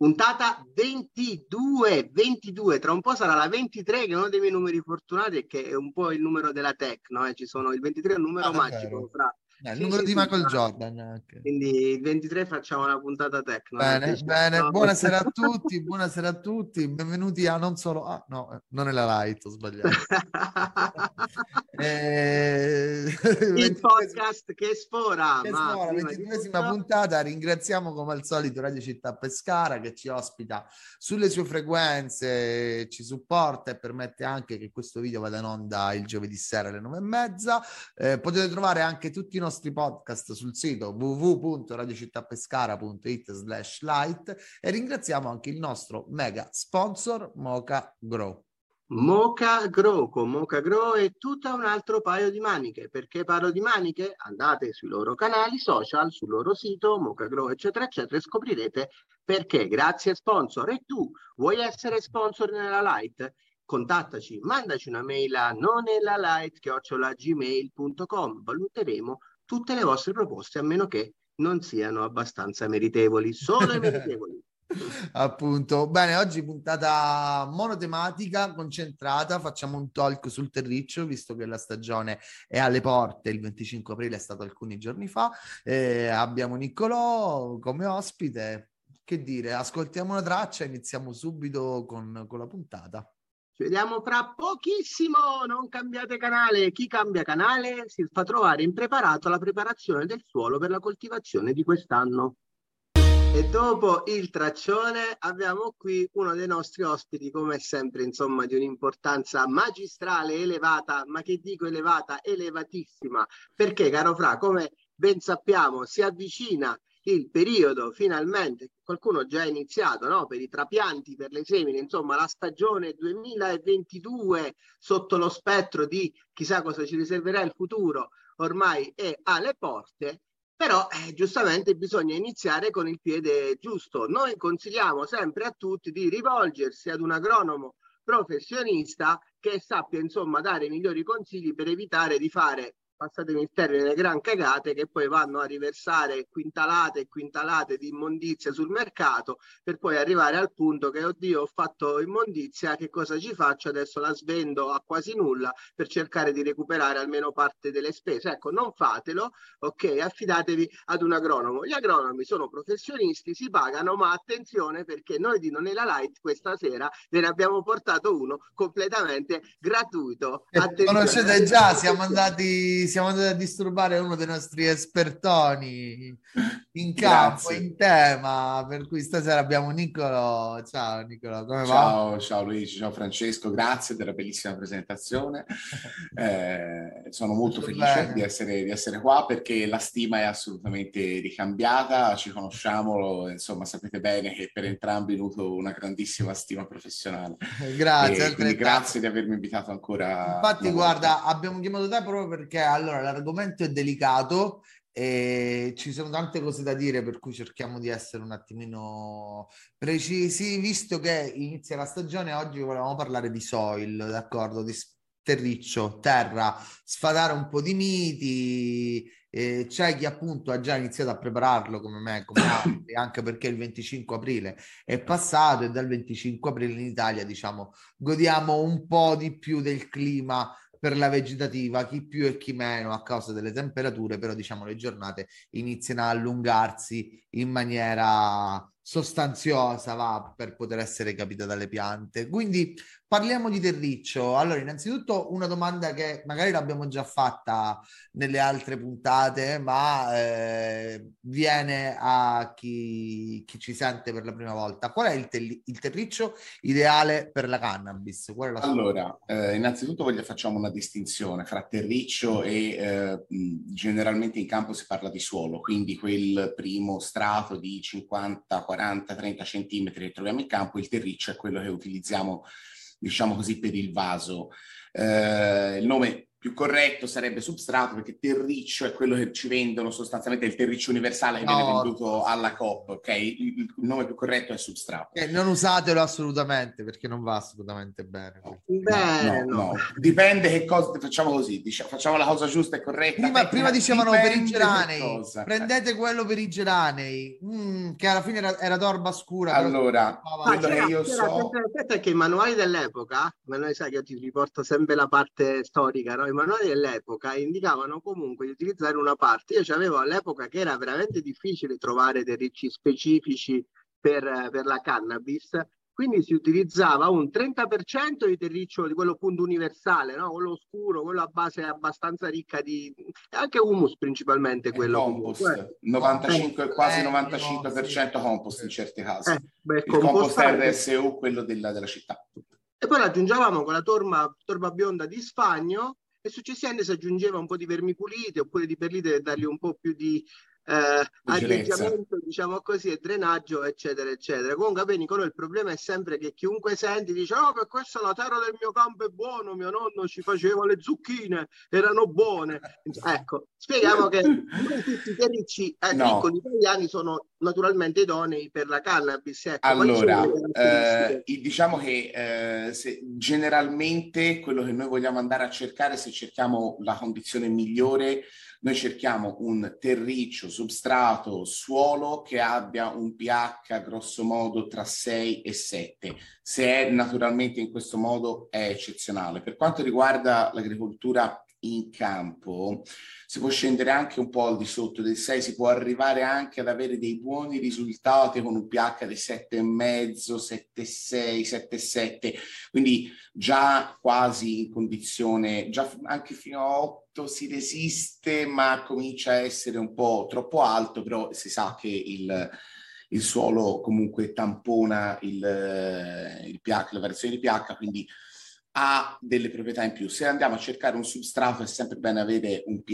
Puntata 22, tra un po' sarà la 23, che è uno dei miei numeri fortunati e che è un po' il numero della tech, no? Ci sono, il 23 è un numero magico, fra... Il Sì, numero sì, di sì, Michael Jordan anche. quindi il 23 facciamo una puntata tech, non Bene, bene. anticipo. Buonasera a tutti, buonasera a tutti. Benvenuti a non solo... Ah, no, non è la Light, ho sbagliato. Il 22esima podcast che sfora, che ma suona, prima di 22esima tutto... puntata. Ringraziamo come al solito Radio Città Pescara che ci ospita sulle sue frequenze, ci supporta e permette anche che questo video vada in onda il giovedì sera alle 9:30. Potete trovare anche tutti i nostri podcast sul sito www.radiocittapescara.it/light e ringraziamo anche il nostro mega sponsor Mocha Grow. Mocha Grow, con Mocha Grow è tutta un altro paio di maniche. Perché parlo di maniche? Andate sui loro canali social, sul loro sito, Mocha Grow, eccetera, eccetera, e scoprirete perché. Grazie sponsor. E tu vuoi essere sponsor nella Light? Contattaci, mandaci una mail a nonellalight@gmail.com. Valuteremo tutte le vostre proposte, a meno che non siano abbastanza meritevoli. Solo i meritevoli. Appunto, bene, oggi puntata monotematica, concentrata, facciamo un talk sul terriccio, visto che la stagione è alle porte, il 25 aprile è stato alcuni giorni fa, abbiamo Niccolò come ospite, che dire, ascoltiamo una traccia e iniziamo subito con la puntata. Ci vediamo fra pochissimo, non cambiate canale. Chi cambia canale si fa trovare impreparato alla preparazione del suolo per la coltivazione di quest'anno. E dopo il traccione abbiamo qui uno dei nostri ospiti, come sempre, insomma, di un'importanza magistrale elevata, ma che dico elevata, elevatissima, perché, caro Fra, come ben sappiamo, si avvicina il periodo, finalmente, qualcuno già ha iniziato, no? Per i trapianti, per le semine, insomma, la stagione 2022 sotto lo spettro di chissà cosa ci riserverà il futuro, ormai è alle porte. Però giustamente bisogna iniziare con il piede giusto. Noi consigliamo sempre a tutti di rivolgersi ad un agronomo professionista che sappia insomma dare i migliori consigli per evitare di fare, passatemi il termine, le gran cagate che poi vanno a riversare quintalate e quintalate di immondizia sul mercato, per poi arrivare al punto che oddio, ho fatto immondizia, che cosa ci faccio? Adesso la svendo a quasi nulla per cercare di recuperare almeno parte delle spese. Ecco, non fatelo, ok? Affidatevi ad un agronomo. Gli agronomi sono professionisti, si pagano, ma attenzione, perché noi di Non è la Light questa sera ve ne abbiamo portato uno completamente gratuito. Conoscete già, siamo andati a disturbare uno dei nostri espertoni in campo, Grazie. in tema, per cui stasera abbiamo Niccolò. Ciao Niccolò, come va? Ciao Luigi, ciao Francesco, grazie della bellissima presentazione. Sono molto felice di essere qua perché la stima è assolutamente ricambiata, ci conosciamo, insomma sapete bene che per entrambi nutro una grandissima stima professionale. Grazie, quindi grazie di avermi invitato ancora. Infatti guarda, abbiamo chiamato te proprio perché allora l'argomento è delicato e ci sono tante cose da dire, per cui cerchiamo di essere un attimino precisi, visto che inizia la stagione. Oggi volevamo parlare di soil, d'accordo, di terriccio, terra, sfatare un po' di miti. C'è chi appunto ha già iniziato a prepararlo come me, come altri, anche perché il 25 aprile è passato e dal 25 aprile in Italia, diciamo, godiamo un po' di più del clima per la vegetativa, chi più e chi meno a causa delle temperature, però diciamo le giornate iniziano a allungarsi in maniera sostanziosa, va, per poter essere capita dalle piante. Quindi parliamo di terriccio. Allora, innanzitutto una domanda che magari l'abbiamo già fatta nelle altre puntate, ma viene a chi ci sente per la prima volta. Qual è il terriccio ideale per la cannabis? Qual è la Allora, innanzitutto facciamo una distinzione fra terriccio e generalmente in campo si parla di suolo, quindi quel primo strato di 50, 40, 30 centimetri che troviamo in campo. Il terriccio è quello che utilizziamo, diciamo così, per il vaso. Il nome più corretto sarebbe substrato, perché terriccio è quello che ci vendono sostanzialmente, il terriccio universale che viene venduto alla Coop, ok? Il nome più corretto è substrato. Non usatelo assolutamente, perché non va assolutamente bene. No. Dipende che cosa facciamo, così facciamo la cosa giusta e corretta. Prima dicevano per i geranei, prendete quello per i geranei, che alla fine era d'orba scura. Allora, quello che io so... Aspetta, che i manuali dell'epoca, sai che io ti riporto sempre la parte storica, no? I manuali dell'epoca indicavano comunque di utilizzare una parte. Io c'avevo all'epoca che era veramente difficile trovare terricci specifici per la cannabis, quindi si utilizzava un 30% di terriccio di quello appunto universale, no? Quello scuro, quello a base abbastanza ricca di... anche humus principalmente quello. Compost, 95, quasi 95% compost in certi casi. Il compost RSU, quello della città. E poi aggiungevamo con la torba bionda di Sfagno e successivamente si aggiungeva un po' di vermiculite oppure di perlite per dargli un po' più di arieggiamento, diciamo così, e drenaggio, eccetera, eccetera. Comunque, bene, Nicolò, il problema è sempre che chiunque senti dice: oh, per questa la terra del mio campo è buono, mio nonno ci faceva le zucchine, erano buone. Ecco, spieghiamo che non tutti i terricci agricoli italiani sono naturalmente idonei per la cannabis. Ecco, allora, diciamo che generalmente quello che noi vogliamo andare a cercare, se cerchiamo la condizione migliore, noi cerchiamo un terriccio, substrato, suolo che abbia un pH grosso modo tra 6 e 7. Se è naturalmente in questo modo è eccezionale. Per quanto riguarda l'agricoltura in campo, si può scendere anche un po' al di sotto del 6, si può arrivare anche ad avere dei buoni risultati con un pH di 7,5, 7,6, 7,7, quindi già quasi in condizione, già anche fino a 8 si resiste, ma comincia a essere un po' troppo alto, però si sa che il suolo comunque tampona il pH, la variazione di pH, quindi ha delle proprietà in più. Se andiamo a cercare un substrato è sempre bene avere un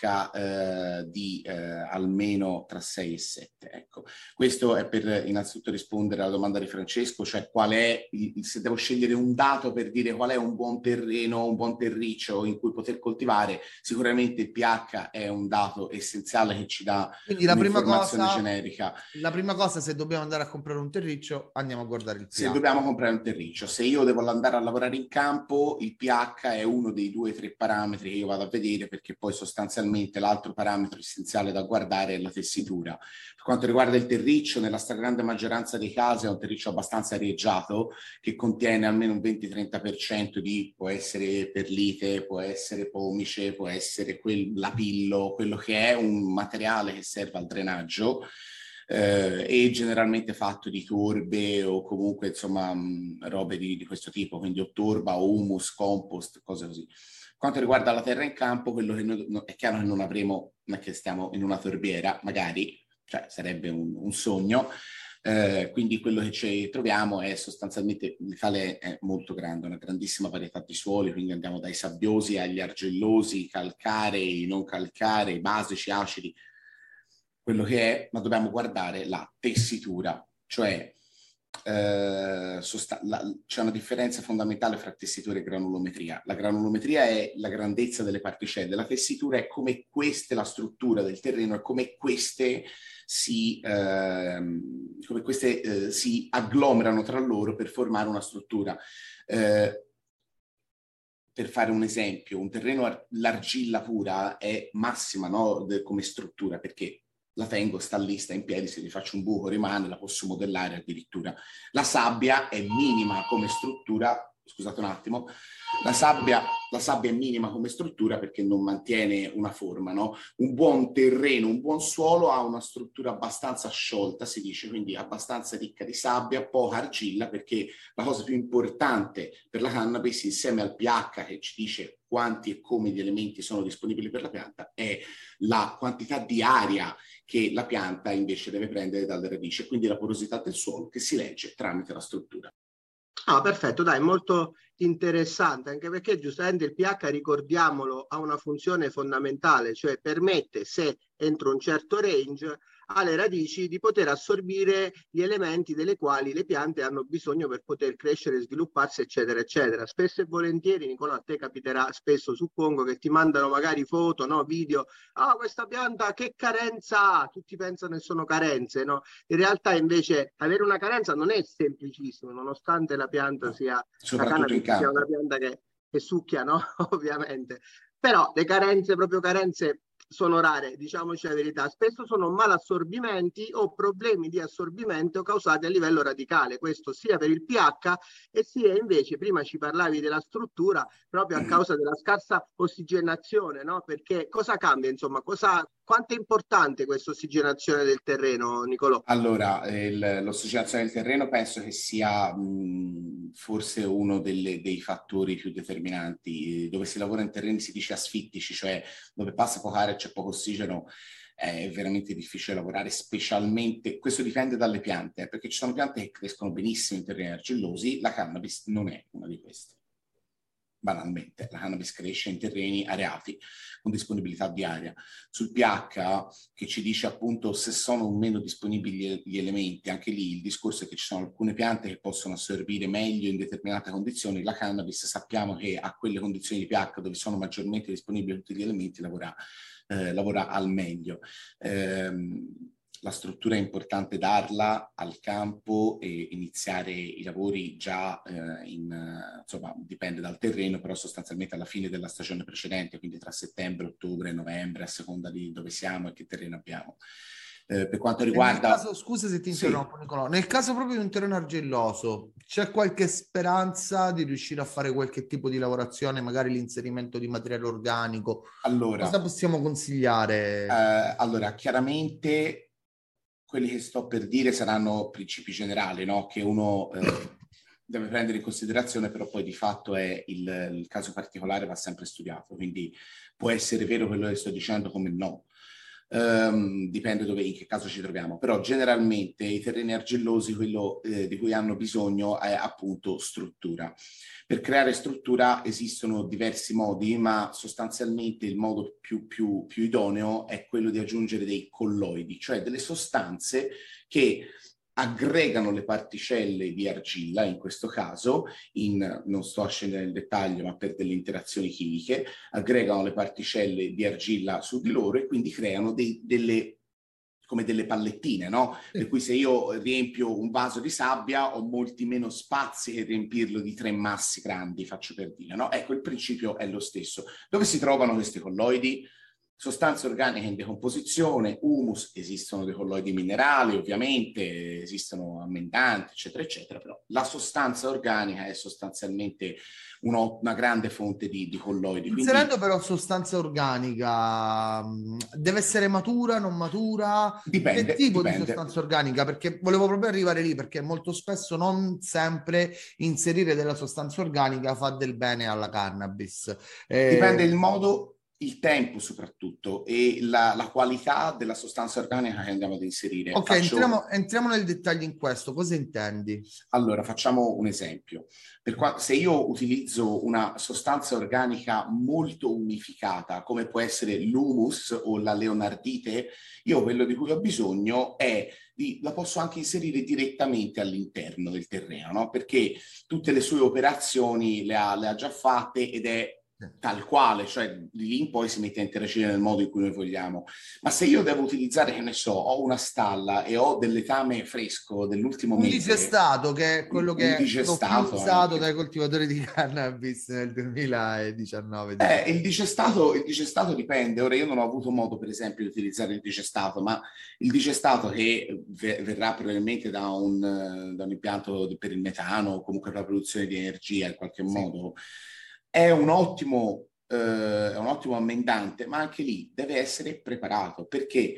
pH di almeno tra 6 e 7. Ecco, questo è per innanzitutto rispondere alla domanda di Francesco, cioè qual è, se devo scegliere un dato per dire qual è un buon terreno, un buon terriccio in cui poter coltivare, sicuramente il pH è un dato essenziale che ci dà un'informazione generica. La prima cosa, se dobbiamo andare a comprare un terriccio, andiamo a guardare il pH. Se dobbiamo comprare un terriccio, se io devo andare a lavorare in campo, il pH è uno dei 2 o 3 parametri che io vado a vedere, perché poi sostanzialmente l'altro parametro essenziale da guardare è la tessitura. Per quanto riguarda il terriccio, nella stragrande maggioranza dei casi è un terriccio abbastanza arieggiato, che contiene almeno un 20-30% di, può essere perlite, può essere pomice, può essere lapillo, quello che è un materiale che serve al drenaggio. E generalmente fatto di torbe o comunque insomma robe di questo tipo, quindi o torba o humus, compost, cose così. Quanto riguarda la terra in campo, quello che noi, è chiaro che non avremo, non è che stiamo in una torbiera, magari, cioè sarebbe un sogno, quindi quello che ci troviamo è sostanzialmente, l'Italia è molto grande, una grandissima varietà di suoli, quindi andiamo dai sabbiosi agli argillosi, calcarei, non calcarei, basici, acidi, quello che è, ma dobbiamo guardare la tessitura, cioè c'è una differenza fondamentale fra tessitura e granulometria. La granulometria è la grandezza delle particelle, la tessitura è come queste, la struttura del terreno, è come queste si agglomerano tra loro per formare una struttura. Per fare un esempio, un terreno, l'argilla pura è massima, no, come struttura, perché la tengo, sta lì, sta in piedi, se gli faccio un buco rimane, la posso modellare addirittura. La sabbia è minima come struttura, scusate un attimo, la sabbia è minima come struttura perché non mantiene una forma, no? Un buon terreno, un buon suolo ha una struttura abbastanza sciolta, si dice, quindi abbastanza ricca di sabbia, poca argilla, perché la cosa più importante per la cannabis, insieme al pH che ci dice quanti e come gli elementi sono disponibili per la pianta, è la quantità di aria che la pianta invece deve prendere dalle radici, quindi la porosità del suolo che si legge tramite la struttura. Ah, perfetto, dai, molto interessante, anche perché giustamente il pH, ricordiamolo, ha una funzione fondamentale, cioè permette, se entro un certo range, alle radici di poter assorbire gli elementi delle quali le piante hanno bisogno per poter crescere, svilupparsi, eccetera, eccetera. Spesso e volentieri, Nicolò, a te capiterà spesso, suppongo, che ti mandano magari foto, no, video, questa pianta che carenza ha? Tutti pensano che sono carenze, no? In realtà invece avere una carenza non è semplicissimo, nonostante la pianta sia, la soprattutto in cannabis sia una campo. pianta che succhia, no? Ovviamente. Però le carenze, proprio carenze, sono rare, diciamoci la verità. Spesso sono malassorbimenti o problemi di assorbimento causati a livello radicale, questo sia per il pH e sia invece, prima ci parlavi della struttura, proprio a causa della scarsa ossigenazione, no? Perché cosa cambia, insomma, quanto è importante questa ossigenazione del terreno, Nicolò? Allora, l'ossigenazione del terreno penso che sia forse uno dei fattori più determinanti. Dove si lavora in terreni si dice asfittici, cioè dove passa poca aria e c'è poco ossigeno, è veramente difficile lavorare, specialmente, questo dipende dalle piante, perché ci sono piante che crescono benissimo in terreni argillosi, la cannabis non è una di queste. Banalmente, la cannabis cresce in terreni areati con disponibilità di aria. Sul pH, che ci dice appunto se sono o meno disponibili gli elementi, anche lì il discorso è che ci sono alcune piante che possono assorbire meglio in determinate condizioni. La cannabis sappiamo che a quelle condizioni di pH dove sono maggiormente disponibili tutti gli elementi lavora al meglio. La struttura è importante darla al campo e iniziare i lavori già insomma, dipende dal terreno, però sostanzialmente alla fine della stagione precedente, quindi tra settembre, ottobre, novembre, a seconda di dove siamo e che terreno abbiamo. Per quanto riguarda... Nel caso, scusa se ti interrompo, Nicolò, nel caso proprio di un terreno argilloso, c'è qualche speranza di riuscire a fare qualche tipo di lavorazione, magari l'inserimento di materiale organico? Allora, cosa possiamo consigliare? Allora, chiaramente quelli che sto per dire saranno principi generali, no? Che uno deve prendere in considerazione, però poi di fatto è il caso particolare va sempre studiato, quindi può essere vero quello che sto dicendo come no. Dipende in che caso ci troviamo, però generalmente i terreni argillosi quello di cui hanno bisogno è appunto struttura. Per creare struttura esistono diversi modi, ma sostanzialmente il modo più idoneo è quello di aggiungere dei colloidi, cioè delle sostanze che aggregano le particelle di argilla, in questo caso, non sto a scendere nel dettaglio, ma per delle interazioni chimiche, aggregano le particelle di argilla su di loro e quindi creano come delle pallettine, no? Sì. Per cui se io riempio un vaso di sabbia ho molti meno spazi che riempirlo di 3 massi grandi, faccio per dire, no? Ecco, il principio è lo stesso. Dove si trovano questi colloidi? Sostanze organiche in decomposizione, humus, esistono dei colloidi minerali, ovviamente, esistono ammendanti, eccetera, eccetera, però la sostanza organica è sostanzialmente una grande fonte di colloidi. Inserendo però sostanza organica, deve essere matura, non matura? Dipende. Che tipo di sostanza organica? Perché volevo proprio arrivare lì, perché molto spesso non sempre inserire della sostanza organica fa del bene alla cannabis. Dipende il modo, il tempo soprattutto e la qualità della sostanza organica che andiamo ad inserire. Ok, entriamo nel dettaglio in questo. Cosa intendi? Allora, facciamo un esempio. Se io utilizzo una sostanza organica molto unificata, come può essere l'humus o la leonardite, io quello di cui ho bisogno la posso anche inserire direttamente all'interno del terreno, no? Perché tutte le sue operazioni le ha già fatte ed è tal quale, cioè di lì in poi si mette a interagire nel modo in cui noi vogliamo. Ma se io devo utilizzare, che ne so, ho una stalla e ho del letame fresco dell'ultimo mese... Un digestato, che è quello che è stato usato dai coltivatori di cannabis nel 2019. Il digestato dipende. Ora io non ho avuto modo, per esempio, di utilizzare il digestato, ma il digestato che verrà probabilmente da un impianto per il metano o comunque per la produzione di energia in qualche modo... È un ottimo ammendante, ma anche lì deve essere preparato, perché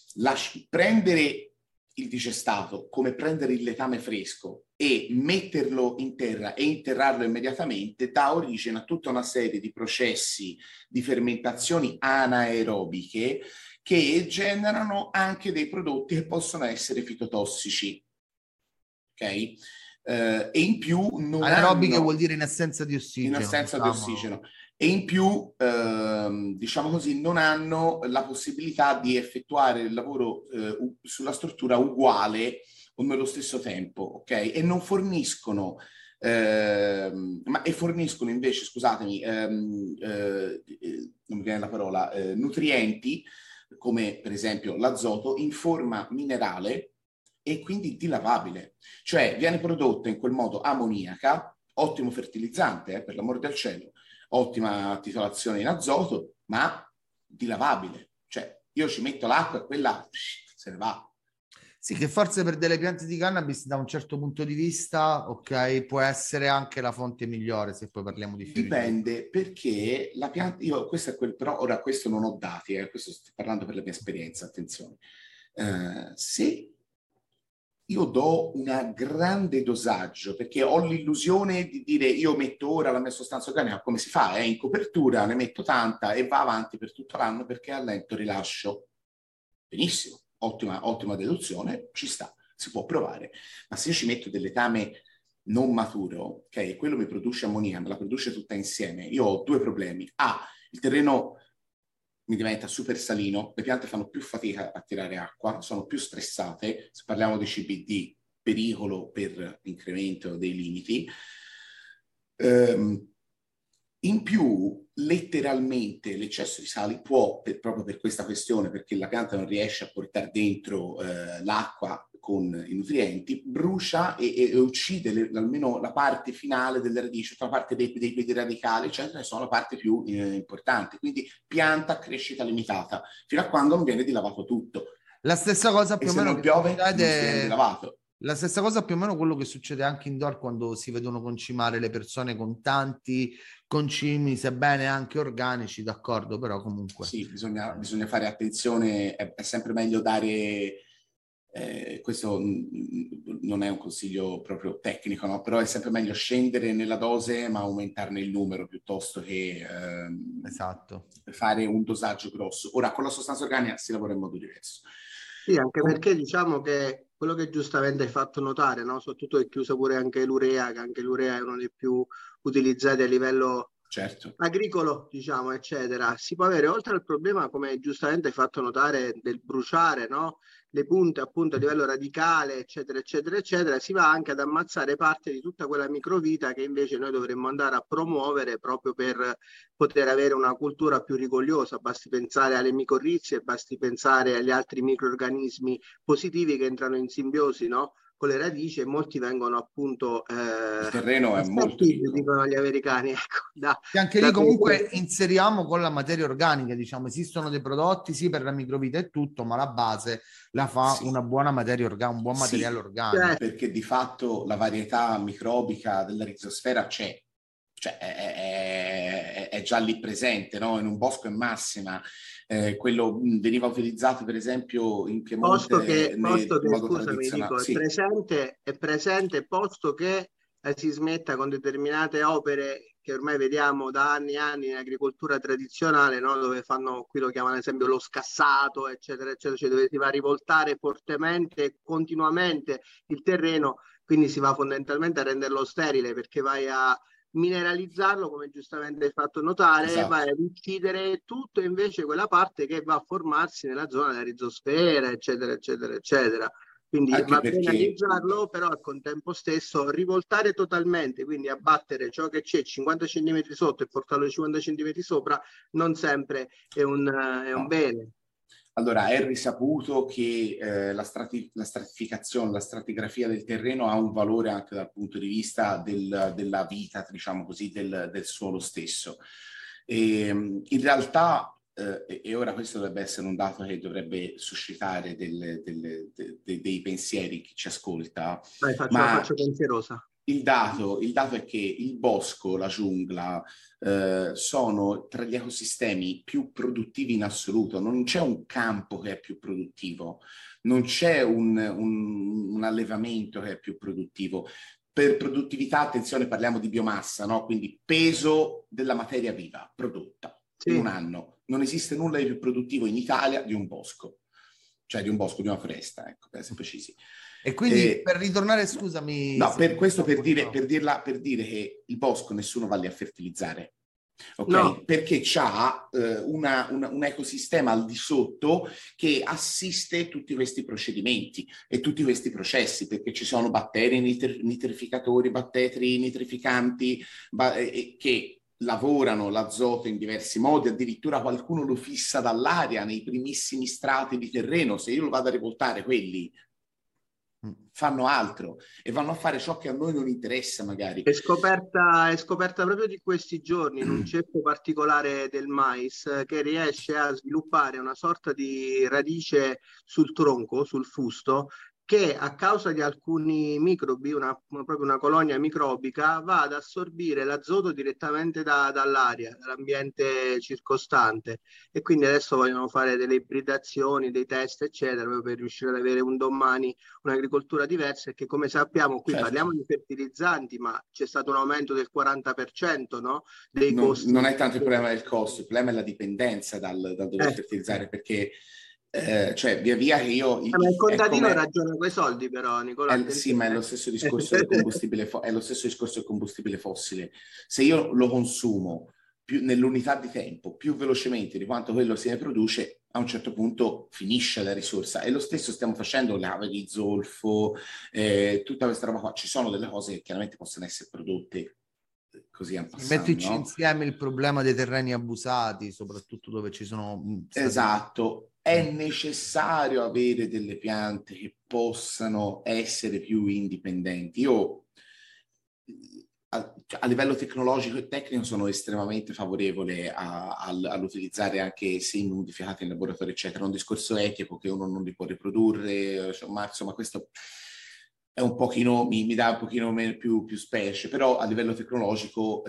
prendere il digestato come prendere il letame fresco e metterlo in terra e interrarlo immediatamente dà origine a tutta una serie di processi di fermentazioni anaerobiche che generano anche dei prodotti che possono essere fitotossici. Ok? e in più non anaerobiche hanno, vuol dire in assenza di ossigeno. in assenza di diciamo. ossigeno. E in più, diciamo così, non hanno la possibilità di effettuare il lavoro sulla struttura uguale o nello stesso tempo, ok? E non forniscono, forniscono invece, scusatemi, non mi viene la parola, nutrienti, come per esempio l'azoto, in forma minerale e quindi dilavabile. Cioè viene prodotta in quel modo ammoniaca, ottimo fertilizzante, per l'amor del cielo, ottima titolazione in azoto, ma dilavabile. Cioè io ci metto l'acqua e quella se ne va. Sì, che forse per delle piante di cannabis da un certo punto di vista, ok, può essere anche la fonte migliore, se poi parliamo di fiori. Dipende, perché la pianta, io questo è però ora questo non ho dati, questo sto parlando per la mia esperienza, attenzione. Se io do un grande dosaggio, perché ho l'illusione di dire io metto ora la mia sostanza organica, come si fa? In copertura, ne metto tanta e va avanti per tutto l'anno perché a lento rilascio. Benissimo, ottima deduzione, ci sta, si può provare. Ma se io ci metto del letame non maturo, ok, e quello mi produce ammonia, me la produce tutta insieme, io ho due problemi. Il terreno mi diventa super salino, le piante fanno più fatica a tirare acqua, sono più stressate, se parliamo di CBD, pericolo per l'incremento dei limiti. In più, letteralmente, l'eccesso di sali può, proprio per questa questione, perché la pianta non riesce a portare dentro l'acqua con i nutrienti, brucia e uccide almeno la parte finale delle radici, tutta la parte dei pedi radicali, eccetera, sono la parte più importante. Quindi pianta a crescita limitata, fino a quando non viene dilavato tutto. La stessa cosa più o meno non piove, non si viene dilavato. La stessa cosa più o meno quello che succede anche indoor quando si vedono concimare le persone con tanti concimi, sebbene anche organici, d'accordo, però comunque. Sì, bisogna fare attenzione, è sempre meglio dare, questo non è un consiglio proprio tecnico, no? Però è sempre meglio scendere nella dose ma aumentarne il numero piuttosto che esatto. fare un dosaggio grosso. Ora, con la sostanza organica si lavora in modo diverso. Sì, anche perché diciamo che quello che giustamente hai fatto notare, no? Soprattutto che chiusa pure anche l'urea, che anche l'urea è uno dei più utilizzati a livello agricolo, diciamo, eccetera. Si può avere, oltre al problema, come giustamente hai fatto notare, del bruciare, no? Le punte appunto a livello radicale, eccetera, eccetera, eccetera, si va anche ad ammazzare parte di tutta quella microvita che invece noi dovremmo andare a promuovere proprio per poter avere una cultura più rigogliosa. Basti pensare alle micorrizie, basti pensare agli altri microrganismi positivi che entrano in simbiosi, no? Con le radici, e molti vengono appunto il terreno è molto ricco, dicono gli americani, ecco, e anche lì comunque inseriamo con la materia organica, diciamo, esistono dei prodotti sì per la microvita e tutto, ma la base la fa una buona materia organica, un buon materiale organico, perché di fatto la varietà microbica della rizosfera c'è, cioè è già lì presente, no? In un bosco è massima. Quello veniva utilizzato per esempio in Piemonte in modo tradizionale. Dico, è presente, posto che si smetta con determinate opere che ormai vediamo da anni e anni in agricoltura tradizionale, no? Dove fanno, qui lo chiamano ad esempio lo scassato, eccetera, eccetera, cioè dove si va a rivoltare fortemente e continuamente il terreno, quindi si va fondamentalmente a renderlo sterile, perché vai a mineralizzarlo, come giustamente hai fatto notare, vai ad uccidere tutto invece quella parte che va a formarsi nella zona della rizosfera, eccetera, eccetera, eccetera. Quindi va bene analizzarlo, però al contempo stesso rivoltare totalmente, quindi abbattere ciò che c'è 50 cm sotto e portarlo 50 cm sopra, non sempre è un bene. Allora, è risaputo che la stratificazione, la stratigrafia del terreno ha un valore anche dal punto di vista della vita, diciamo così, del suolo stesso. E, in realtà, e ora questo dovrebbe essere un dato che dovrebbe suscitare dei pensieri chi ci ascolta. La faccio pensierosa. Il dato è che il bosco, la giungla, sono tra gli ecosistemi più produttivi in assoluto. Non c'è un campo che è più produttivo, non c'è un allevamento che è più produttivo. Per produttività, attenzione, parliamo di biomassa, no? Quindi peso della materia viva prodotta in un anno. Non esiste nulla di più produttivo in Italia di un bosco, cioè di un bosco, di una foresta, ecco, per essere precisi. E quindi per ritornare, scusami. No, per questo per dire che il bosco nessuno va lì a fertilizzare. Ok, No. perché c'ha un ecosistema al di sotto che assiste tutti questi procedimenti e tutti questi processi, perché ci sono batteri nitrificatori, batteri nitrificanti che lavorano l'azoto in diversi modi, addirittura qualcuno lo fissa dall'aria nei primissimi strati di terreno. Se io lo vado a rivoltare, quelli fanno altro e vanno a fare ciò che a noi non interessa magari. È scoperta proprio di questi giorni in un ceppo particolare del mais che riesce a sviluppare una sorta di radice sul tronco, sul fusto, che a causa di alcuni microbi, proprio una colonia microbica, va ad assorbire l'azoto direttamente dall'aria, dall'ambiente circostante. E quindi adesso vogliono fare delle ibridazioni, dei test, eccetera, proprio per riuscire ad avere un domani un'agricoltura diversa, e che, come sappiamo, qui parliamo di fertilizzanti, ma c'è stato un aumento del 40%, no? Dei costi. Non è tanto il problema del costo, il problema è la dipendenza dal dover fertilizzare, perché cioè via via che io... Ma il contadino ragiona quei soldi, però, Nicola. Sì, ma è lo stesso discorso del combustibile, è lo stesso discorso del combustibile fossile. Se io lo consumo nell'unità di tempo più velocemente di quanto quello si ne produce, a un certo punto finisce la risorsa. E lo stesso stiamo facendo con le cave di zolfo, tutta questa roba qua. Ci sono delle cose che chiaramente possono essere prodotte così a passare. Metterci insieme il problema dei terreni abusati, soprattutto dove ci sono... Esatto. È necessario avere delle piante che possano essere più indipendenti. Io a livello tecnologico e tecnico sono estremamente favorevole all'utilizzare anche semi modificati in laboratorio, eccetera. È un discorso etico che uno non li può riprodurre, ma insomma questo è un pochino, mi dà un pochino più specie, però a livello tecnologico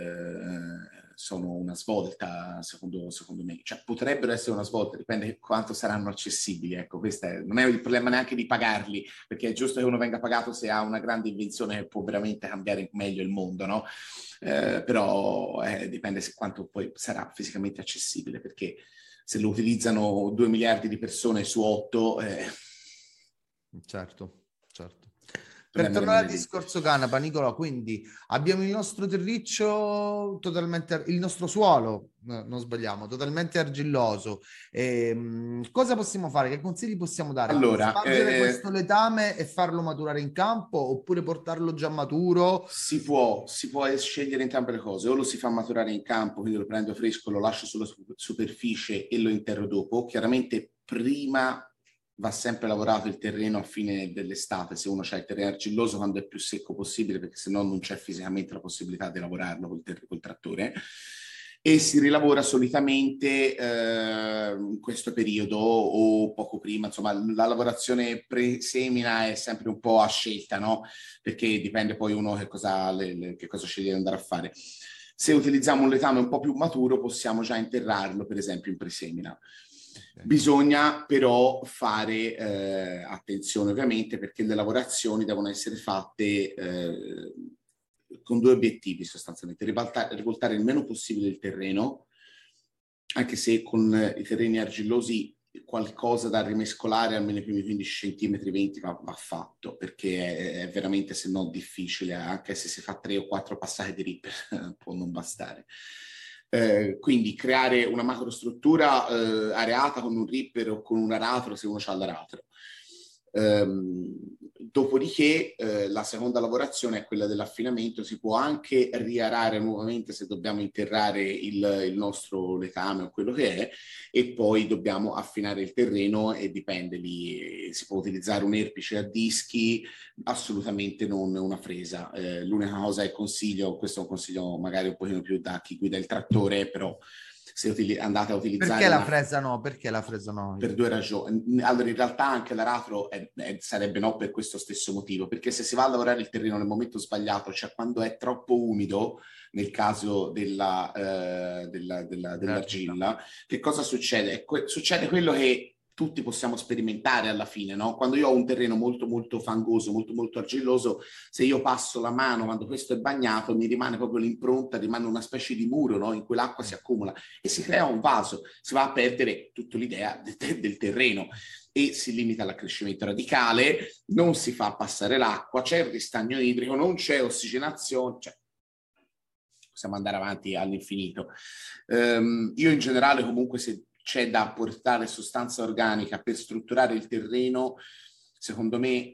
sono una svolta, secondo me. Cioè, potrebbero essere una svolta, dipende quanto saranno accessibili. Ecco, non è il problema neanche di pagarli, perché è giusto che uno venga pagato se ha una grande invenzione che può veramente cambiare meglio il mondo, no? Però dipende quanto poi sarà fisicamente accessibile, perché se lo utilizzano 2 miliardi di persone su 8... Certo. Per tornare al discorso canapa, Nicola, quindi abbiamo il nostro terriccio totalmente, il nostro suolo, non sbagliamo, totalmente argilloso. Cosa possiamo fare? Che consigli possiamo dare? Allora, spangere questo letame e farlo maturare in campo, oppure portarlo già maturo? Si può scegliere entrambe le cose. O lo si fa maturare in campo, quindi lo prendo fresco, lo lascio sulla superficie e lo interro dopo. Chiaramente prima va sempre lavorato il terreno a fine dell'estate, se uno ha il terreno argilloso, quando è più secco possibile, perché se no non c'è fisicamente la possibilità di lavorarlo col trattore, e si rilavora solitamente in questo periodo o poco prima. Insomma, la lavorazione pre-semina è sempre un po' a scelta, no? Perché dipende poi uno che cosa sceglie di andare a fare. Se utilizziamo un letame un po' più maturo, possiamo già interrarlo, per esempio, in pre-semina. Bisogna però fare attenzione, ovviamente, perché le lavorazioni devono essere fatte con 2 obiettivi sostanzialmente: rivoltare il meno possibile il terreno, anche se con i terreni argillosi qualcosa da rimescolare almeno i primi 15 cm, 20 va fatto, perché è veramente, se no, difficile, anche se si fa 3 o 4 passate di ripper può non bastare. Quindi creare una macrostruttura areata con un ripper o con un aratro, se uno ha l'aratro. Dopodiché la seconda lavorazione è quella dell'affinamento. Si può anche riarare nuovamente se dobbiamo interrare il nostro letame o quello che è, e poi dobbiamo affinare il terreno, e dipende lì, si può utilizzare un erpice a dischi, assolutamente non una fresa. L'unica cosa che consiglio, questo è un consiglio magari un pochino più da chi guida il trattore, però se andate a utilizzare... Perché la fresa no? Perché la fresa no? Per 2 ragioni. Allora, in realtà anche l'aratro sarebbe no per questo stesso motivo, perché se si va a lavorare il terreno nel momento sbagliato, cioè quando è troppo umido, nel caso dell'argilla, che cosa succede? Succede quello che tutti possiamo sperimentare alla fine, no? Quando io ho un terreno molto molto fangoso, molto molto argilloso, se io passo la mano quando questo è bagnato, mi rimane proprio l'impronta, rimane una specie di muro, no? In cui l'acqua si accumula e si crea un vaso, si va a perdere tutta l'idea del terreno e si limita all'accrescimento radicale, non si fa passare l'acqua, c'è il ristagno idrico, non c'è ossigenazione, cioè possiamo andare avanti all'infinito. Io in generale comunque se c'è da portare sostanza organica per strutturare il terreno, secondo me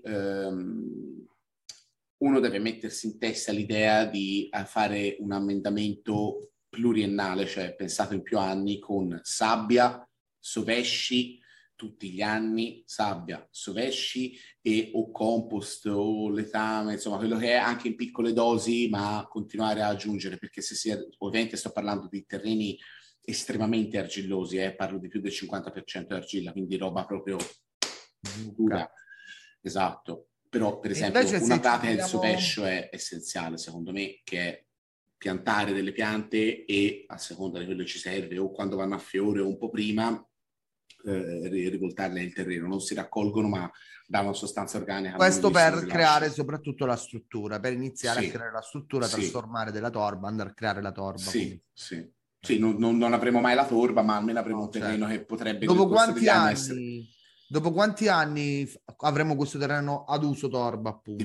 uno deve mettersi in testa l'idea di fare un ammendamento pluriennale, cioè pensato in più anni, con sabbia, sovesci, tutti gli anni, sabbia, sovesci e o compost o letame, insomma quello che è, anche in piccole dosi, ma continuare a aggiungere, perché se si, ovviamente sto parlando di terreni estremamente argillosi, parlo di più del 50% argilla, quindi roba proprio dura. Esatto. Però per esempio una pratica del sovescio è essenziale secondo me, che è piantare delle piante e a seconda di quello che ci serve o quando vanno a fiore o un po' prima rivoltarle nel terreno, non si raccolgono ma danno sostanza organica. Questo per creare soprattutto la struttura, per iniziare a creare la struttura, sì, trasformare della torba, andare a creare la torba. Sì, sì. Sì, non avremo mai la torba, ma almeno avremo un terreno che potrebbe dopo quanti anni avremo questo terreno ad uso torba, appunto?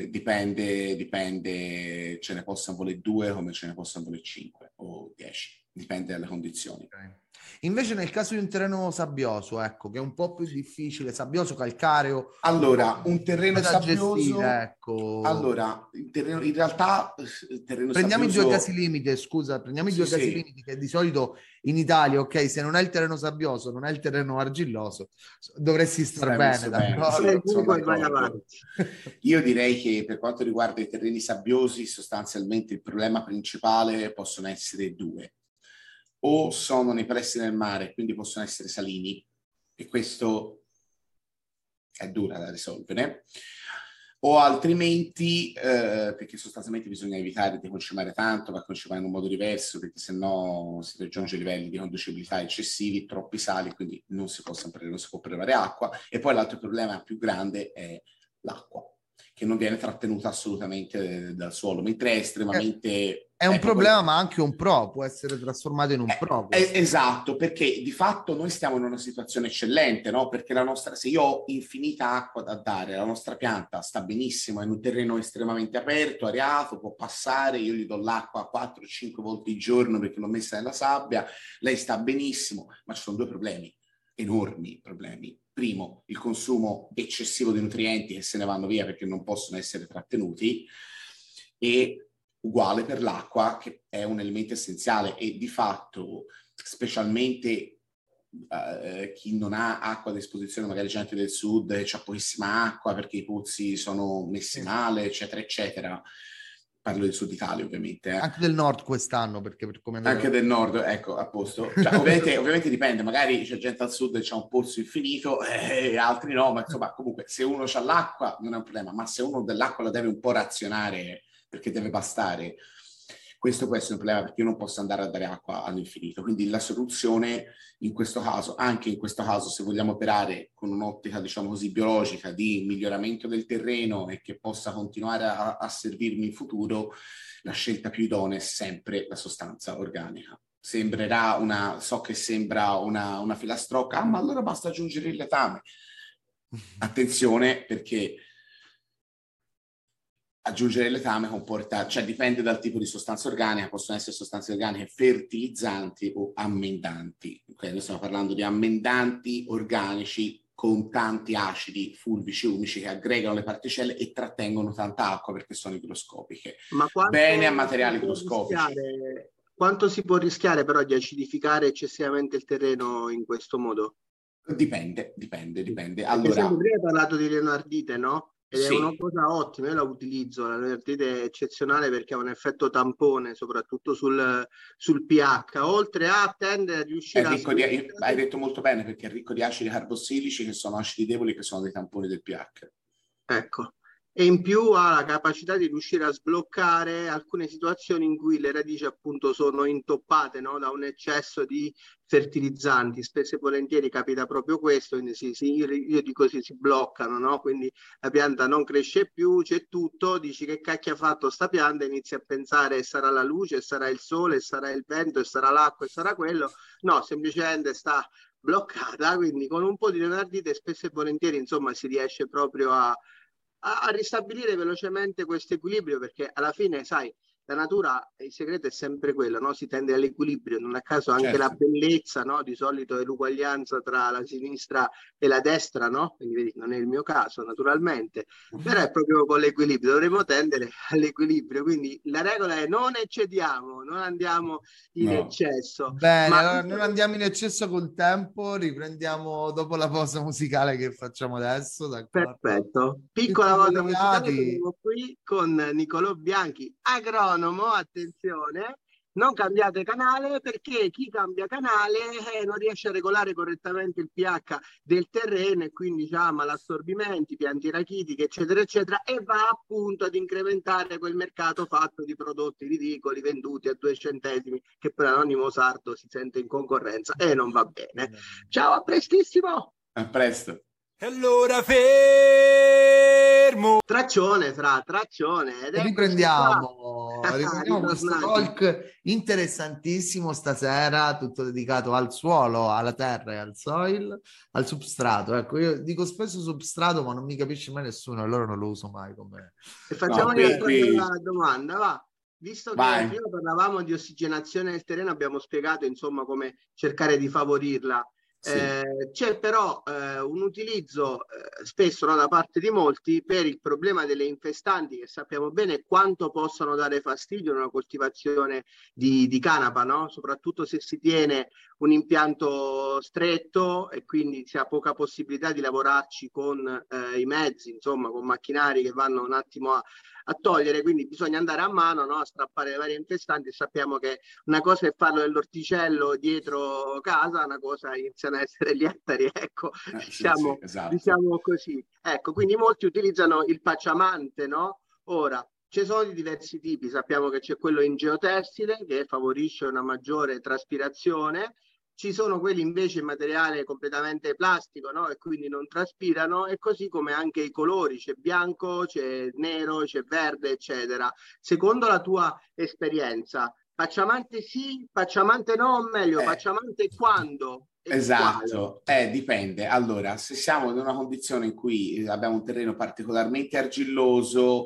Dipende, ce ne possono volere 2 come ce ne possono volere 5 o 10, dipende dalle condizioni. Okay. Invece nel caso di un terreno sabbioso, ecco, che è un po' più difficile, sabbioso, calcareo. Allora, un terreno sabbioso, gestire, ecco. Allora, in realtà prendiamo i 2 casi limite, scusa, prendiamo i 2 casi limiti che di solito in Italia, ok, se non è il terreno sabbioso, non è il terreno argilloso, dovresti star bene. Io direi che per quanto riguarda i terreni sabbiosi, sostanzialmente il problema principale possono essere 2. O sono nei pressi del mare, quindi possono essere salini, e questo è dura da risolvere, o altrimenti, perché sostanzialmente bisogna evitare di concimare tanto, ma concimare in un modo diverso, perché sennò si raggiunge livelli di conducibilità eccessivi, troppi sali, quindi non si può prelevare acqua. E poi l'altro problema più grande è l'acqua, che non viene trattenuta assolutamente dal suolo, mentre è estremamente... È un problema, ma anche un pro, può essere trasformato in un pro. Esatto, perché di fatto noi stiamo in una situazione eccellente, no? Perché se io ho infinita acqua da dare, la nostra pianta sta benissimo, è in un terreno estremamente aperto, areato, può passare, io gli do l'acqua 4-5 volte al giorno perché l'ho messa nella sabbia, lei sta benissimo, ma ci sono 2 problemi, enormi problemi. Primo, il consumo eccessivo di nutrienti che se ne vanno via perché non possono essere trattenuti, e uguale per l'acqua, che è un elemento essenziale, e di fatto, specialmente chi non ha acqua a disposizione, magari gente del sud, c'ha pochissima acqua perché i pozzi sono messi male, eccetera, eccetera. Parlo del sud Italia, ovviamente. Anche del nord quest'anno, perché per come anche del nord, ecco, a posto. Cioè, ovviamente dipende, magari c'è gente al sud che c'ha un pozzo infinito e altri no, ma insomma, comunque, se uno c'ha l'acqua non è un problema, ma se uno dell'acqua la deve un po' razionare perché deve bastare, questo può essere un problema, perché io non posso andare a dare acqua all'infinito. Quindi la soluzione in questo caso, anche in questo caso, se vogliamo operare con un'ottica, diciamo così, biologica di miglioramento del terreno e che possa continuare a servirmi in futuro, la scelta più idonea è sempre la sostanza organica. So che sembra una filastrocca, ma allora basta aggiungere il letame. Attenzione, perché aggiungere il letame comporta, cioè dipende dal tipo di sostanza organica, possono essere sostanze organiche fertilizzanti o ammendanti. Okay? Noi stiamo parlando di ammendanti organici con tanti acidi fulvici umici che aggregano le particelle e trattengono tanta acqua perché sono igroscopiche. Ma bene a materiali igroscopici. Quanto si può rischiare però di acidificare eccessivamente il terreno in questo modo? Dipende. Allora, prima hai parlato di leonardite, no? Ed sì. È una cosa ottima, io la utilizzo, la leonardite è eccezionale perché ha un effetto tampone soprattutto sul pH, oltre a tendere a riuscire hai detto molto bene, perché è ricco di acidi carbossilici che sono acidi deboli, che sono dei tamponi del pH. Ecco, e in più ha la capacità di riuscire a sbloccare alcune situazioni in cui le radici appunto sono intoppate, no? Da un eccesso di fertilizzanti. Spesso e volentieri capita proprio questo, quindi io dico si bloccano, no? Quindi la pianta non cresce più, c'è tutto, dici che cacchio ha fatto sta pianta, inizi a pensare sarà la luce, sarà il sole, sarà il vento, sarà l'acqua, sarà quello. No, semplicemente sta bloccata, quindi con un po' di Leonardite spesso e volentieri insomma si riesce proprio a ristabilire velocemente questo equilibrio, perché alla fine, sai, la natura, il segreto è sempre quello, no? Si tende all'equilibrio, non a caso anche la Certo. bellezza, no? Di solito è l'uguaglianza tra la sinistra e la destra, no? Quindi vedi, non è il mio caso, naturalmente, però è proprio con l'equilibrio, dovremmo tendere all'equilibrio, quindi la regola è non eccediamo, non andiamo in No. eccesso. Bene, Ma allora non andiamo in eccesso col tempo, riprendiamo dopo la pausa musicale che facciamo adesso, d'accordo? perfetto. Piccola Tutti pausa musicale, collegati. torniamo qui con Nicolò Bianchi, agronomo, attenzione, non cambiate canale perché chi cambia canale non riesce a regolare correttamente il pH del terreno e quindi ha malassorbimenti, pianti rachitiche, eccetera, eccetera, e va appunto ad incrementare quel mercato fatto di prodotti ridicoli venduti a 2 centesimi che per anonimo sardo si sente in concorrenza e non va bene. Ciao, a prestissimo! A presto. E allora fermo. Traccione, traccione. Ed eccoci qua. Riprendiamo questo Ritornati. talk interessantissimo stasera, tutto dedicato al suolo, alla terra e al soil, al substrato. Ecco, io dico spesso substrato, ma non mi capisce mai nessuno, allora non lo uso mai come... E facciamo qui- un'altra qui- bella domanda, va. Visto che Vai. prima parlavamo di ossigenazione del terreno, abbiamo spiegato insomma come cercare di favorirla. Sì. C'è però un utilizzo spesso, no, da parte di molti per il problema delle infestanti, che sappiamo bene quanto possono dare fastidio in una coltivazione di canapa, no? Soprattutto se si tiene un impianto stretto e quindi si ha poca possibilità di lavorarci con i mezzi, insomma, con macchinari che vanno un attimo a togliere, quindi bisogna andare a mano, no, a strappare le varie infestanti, e sappiamo che una cosa è farlo nell'orticello dietro casa, una cosa iniziano a essere gli ettari, ecco, Sì, esatto. diciamo così. Ecco, quindi molti utilizzano il pacciamante, no? Ora, ci sono di diversi tipi, sappiamo che c'è quello in geotessile che favorisce una maggiore traspirazione, ci sono quelli invece in materiale completamente plastico, no? E quindi non traspirano, e così come anche i colori, c'è bianco, c'è nero, c'è verde, eccetera. Secondo la tua esperienza, pacciamante sì, pacciamante no, o meglio, pacciamante quando? Esatto, dipende. Allora, se siamo in una condizione in cui abbiamo un terreno particolarmente argilloso,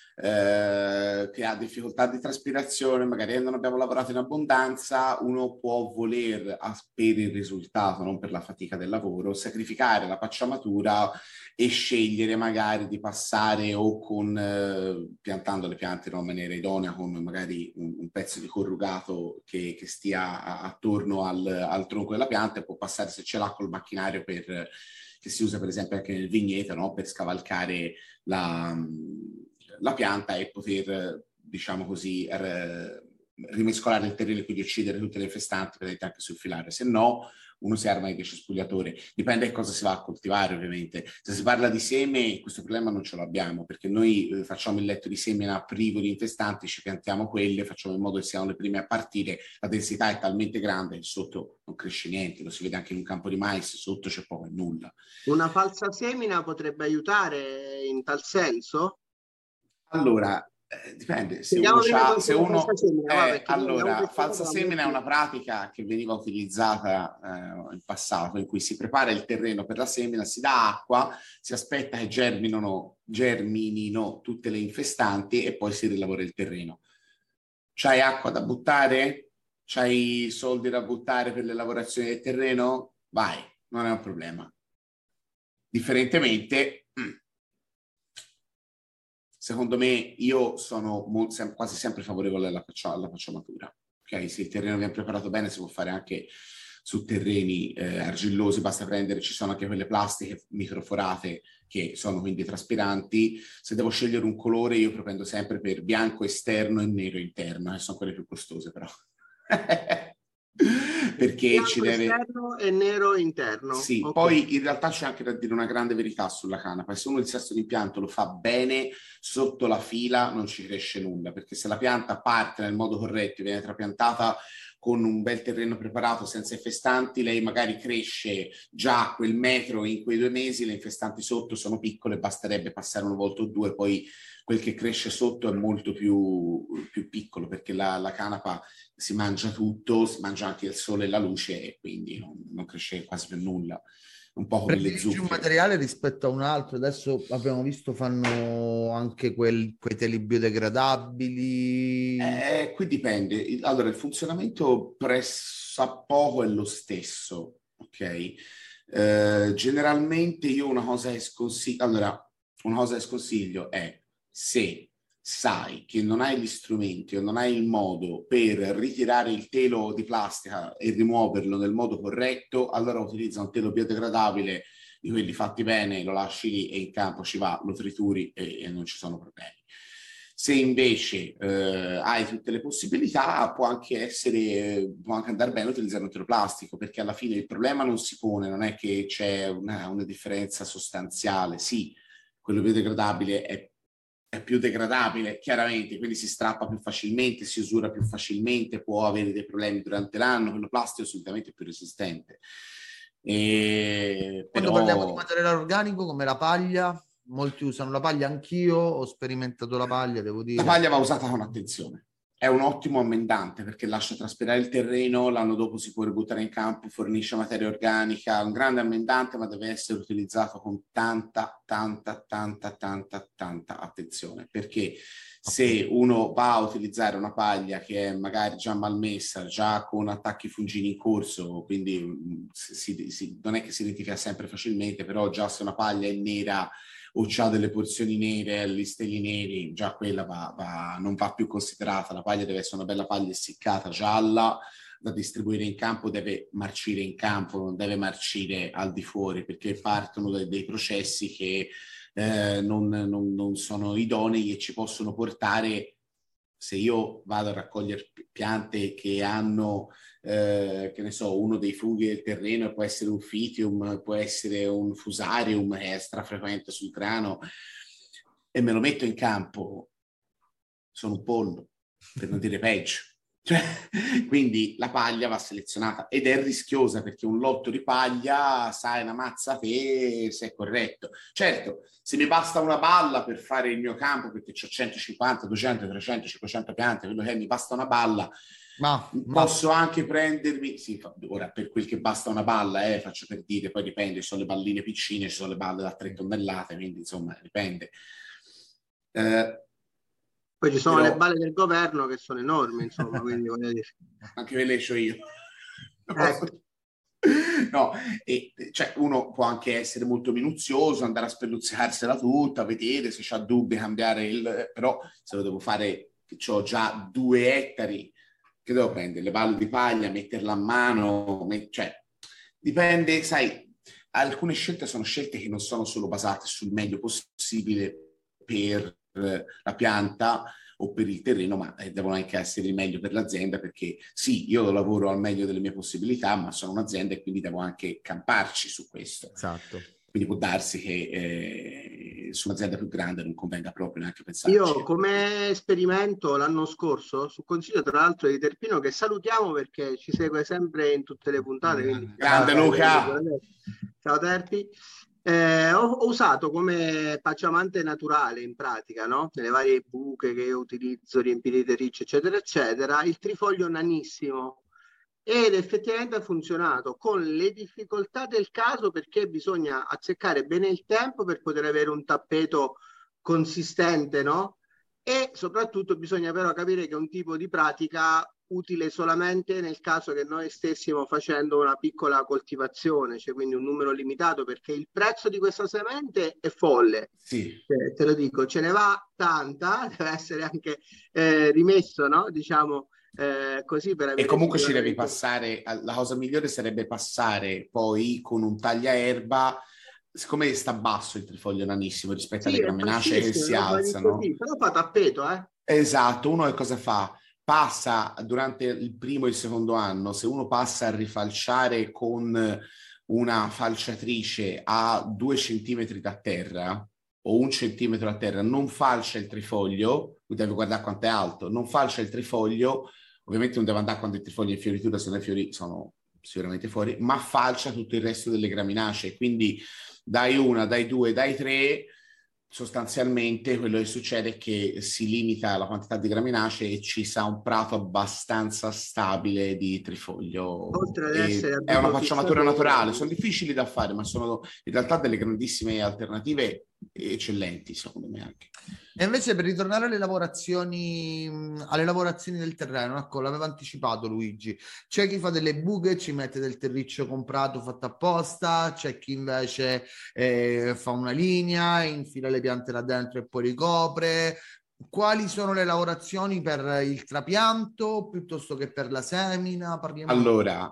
che ha difficoltà di traspirazione, magari non abbiamo lavorato in abbondanza, uno può voler, per il risultato, non per la fatica del lavoro, sacrificare la pacciamatura e scegliere magari di passare o con piantando le piante in una maniera idonea con magari un pezzo di corrugato che stia attorno al tronco della pianta, e può passare, se ce l'ha, col macchinario che si usa per esempio anche nel vigneto, no? Per scavalcare la pianta e poter, diciamo così, rimescolare il terreno e quindi uccidere tutte le infestanti, per anche sul filare. Se no, uno si arma di cespugliatore. Dipende da cosa si va a coltivare, ovviamente. Se si parla di seme, questo problema non ce l'abbiamo, perché noi facciamo il letto di semina privo di infestanti, ci piantiamo quelle, facciamo in modo che siano le prime a partire, la densità è talmente grande che sotto non cresce niente, lo si vede anche in un campo di mais, sotto c'è poco e nulla. Una falsa semina potrebbe aiutare in tal senso? Allora, dipende. Se uno allora, falsa semina è una pratica che veniva utilizzata in passato, in cui si prepara il terreno per la semina, si dà acqua, si aspetta che germinino tutte le infestanti e poi si rilavora il terreno. C'hai acqua da buttare? C'hai soldi da buttare per le lavorazioni del terreno? Vai, non è un problema. Differentemente, secondo me, io sono quasi sempre favorevole alla pacciamatura. Okay? Se il terreno viene preparato bene, si può fare anche su terreni argillosi, basta prendere, ci sono anche quelle plastiche microforate che sono quindi traspiranti. Se devo scegliere un colore, io propendo sempre per bianco esterno e nero interno, che sono quelle più costose però. Perché perché ci deve... esterno e nero interno. Sì, okay. Poi in realtà c'è anche da dire una grande verità sulla canapa. Se uno il sesto d'impianto lo fa bene, sotto la fila non ci cresce nulla, perché se la pianta parte nel modo corretto e viene trapiantata con un bel terreno preparato senza infestanti, lei magari cresce già quel metro in quei 2 mesi, le infestanti sotto sono piccole, basterebbe passare una volta o due, poi quel che cresce sotto è molto più piccolo, perché la canapa si mangia tutto, si mangia anche il sole e la luce e quindi non cresce quasi più nulla. Un po' come le Prediligi un zucche. materiale rispetto a un altro. Adesso abbiamo visto fanno anche quei teli biodegradabili. Qui dipende. Allora, il funzionamento pressappoco è lo stesso, ok? Generalmente io una cosa che sconsiglio è, se sai che non hai gli strumenti o non hai il modo per ritirare il telo di plastica e rimuoverlo nel modo corretto, allora utilizza un telo biodegradabile di quelli fatti bene, lo lasci lì e in campo ci va, lo trituri e non ci sono problemi. Se invece hai tutte le possibilità, può anche andare bene utilizzare un telo plastico, perché alla fine il problema non si pone, non è che c'è una differenza sostanziale. Sì, quello biodegradabile è più degradabile, chiaramente, quindi si strappa più facilmente, si usura più facilmente, può avere dei problemi durante l'anno, quello plastico è assolutamente più resistente. Quando parliamo di materiale organico come la paglia, molti usano la paglia, anch'io ho sperimentato la paglia, devo dire. La paglia va usata con attenzione. È un ottimo ammendante perché lascia traspirare il terreno, l'anno dopo si può ributtare in campo, fornisce materia organica, un grande ammendante, ma deve essere utilizzato con tanta attenzione, perché se uno va a utilizzare una paglia che è magari già malmessa, già con attacchi fungini in corso, quindi non è che si identifica sempre facilmente, però già se una paglia è nera o c'ha delle porzioni nere, gli steli neri, già quella non va più considerata. La paglia deve essere una bella paglia essiccata, gialla, da distribuire in campo, deve marcire in campo, non deve marcire al di fuori, perché partono dei processi che non sono idonei e ci possono portare, se io vado a raccogliere piante che hanno, che ne so, uno dei funghi del terreno, può essere un Phytium, può essere un Fusarium che è strafrequente sul grano, e me lo metto in campo, sono un pollo, per non dire peggio. Quindi la paglia va selezionata ed è rischiosa, perché un lotto di paglia sai una mazza te se è corretto. Certo, se mi basta una balla per fare il mio campo, perché ho 150, 200, 300, 500 piante, quello che è, mi basta una balla, posso anche prendermi, sì, ora per quel che basta una balla, faccio per dire, poi dipende, ci sono le balline piccine, ci sono le balle da 3 tonnellate, quindi insomma dipende. Poi ci sono le balle del governo che sono enormi, insomma, quindi voglio dire. Anche quelle c'ho io. No, cioè uno può anche essere molto minuzioso, andare a spelluzzarsela tutta, vedere se c'ha dubbi, cambiare però se lo devo fare, che ho già 2 ettari, che devo prendere? Le balle di paglia, metterla a mano, cioè dipende, sai, alcune scelte sono scelte che non sono solo basate sul meglio possibile per la pianta o per il terreno, ma devono anche essere il meglio per l'azienda, perché sì, io lavoro al meglio delle mie possibilità, ma sono un'azienda e quindi devo anche camparci su questo. Esatto. Quindi può darsi che su un'azienda più grande non convenga proprio neanche pensarci. Io come esperimento l'anno scorso, su consiglio tra l'altro di Terpino, che salutiamo perché ci segue sempre in tutte le puntate. Quindi, grande Luca! Ciao Terpi. Ho usato come pacciamante naturale in pratica, no? Nelle varie buche che io utilizzo, riempite di terriccio, eccetera, eccetera, il trifoglio nanissimo. Ed effettivamente ha funzionato, con le difficoltà del caso, perché bisogna azzeccare bene il tempo per poter avere un tappeto consistente, no? E soprattutto bisogna però capire che è un tipo di pratica utile solamente nel caso che noi stessimo facendo una piccola coltivazione, cioè quindi un numero limitato, perché il prezzo di questa semente è folle. Sì. Te lo dico, ce ne va tanta, deve essere anche rimesso, no? Diciamo così, per avere. E comunque ci devi passare, la cosa migliore sarebbe passare poi con un tagliaerba, siccome sta basso il trifoglio nanissimo rispetto alle gramenacee che si alzano. Così, però fa tappeto, Esatto, uno che cosa fa? passa durante il primo e il secondo anno, se uno passa a rifalciare con una falciatrice a 2 centimetri da terra o 1 centimetro da terra, non falcia il trifoglio, deve guardare quanto è alto, non falcia il trifoglio, ovviamente non deve andare quando il trifoglio è in fioritura, se no i fiori sono sicuramente fuori, ma falcia tutto il resto delle graminacee, quindi dai 1, dai 2, dai 3, sostanzialmente quello che succede è che si limita la quantità di graminacee e ci sa un prato abbastanza stabile di trifoglio. Oltre ad essere È una pacciamatura naturale, sono difficili difficili da fare, ma sono in realtà delle grandissime alternative eccellenti, secondo me anche. E invece per ritornare alle lavorazioni del terreno, ecco, l'aveva anticipato Luigi, c'è chi fa delle buche, ci mette del terriccio comprato fatto apposta, c'è chi invece fa una linea, infila le piante là dentro e poi ricopre. Quali sono le lavorazioni per il trapianto piuttosto che per la semina? Allora,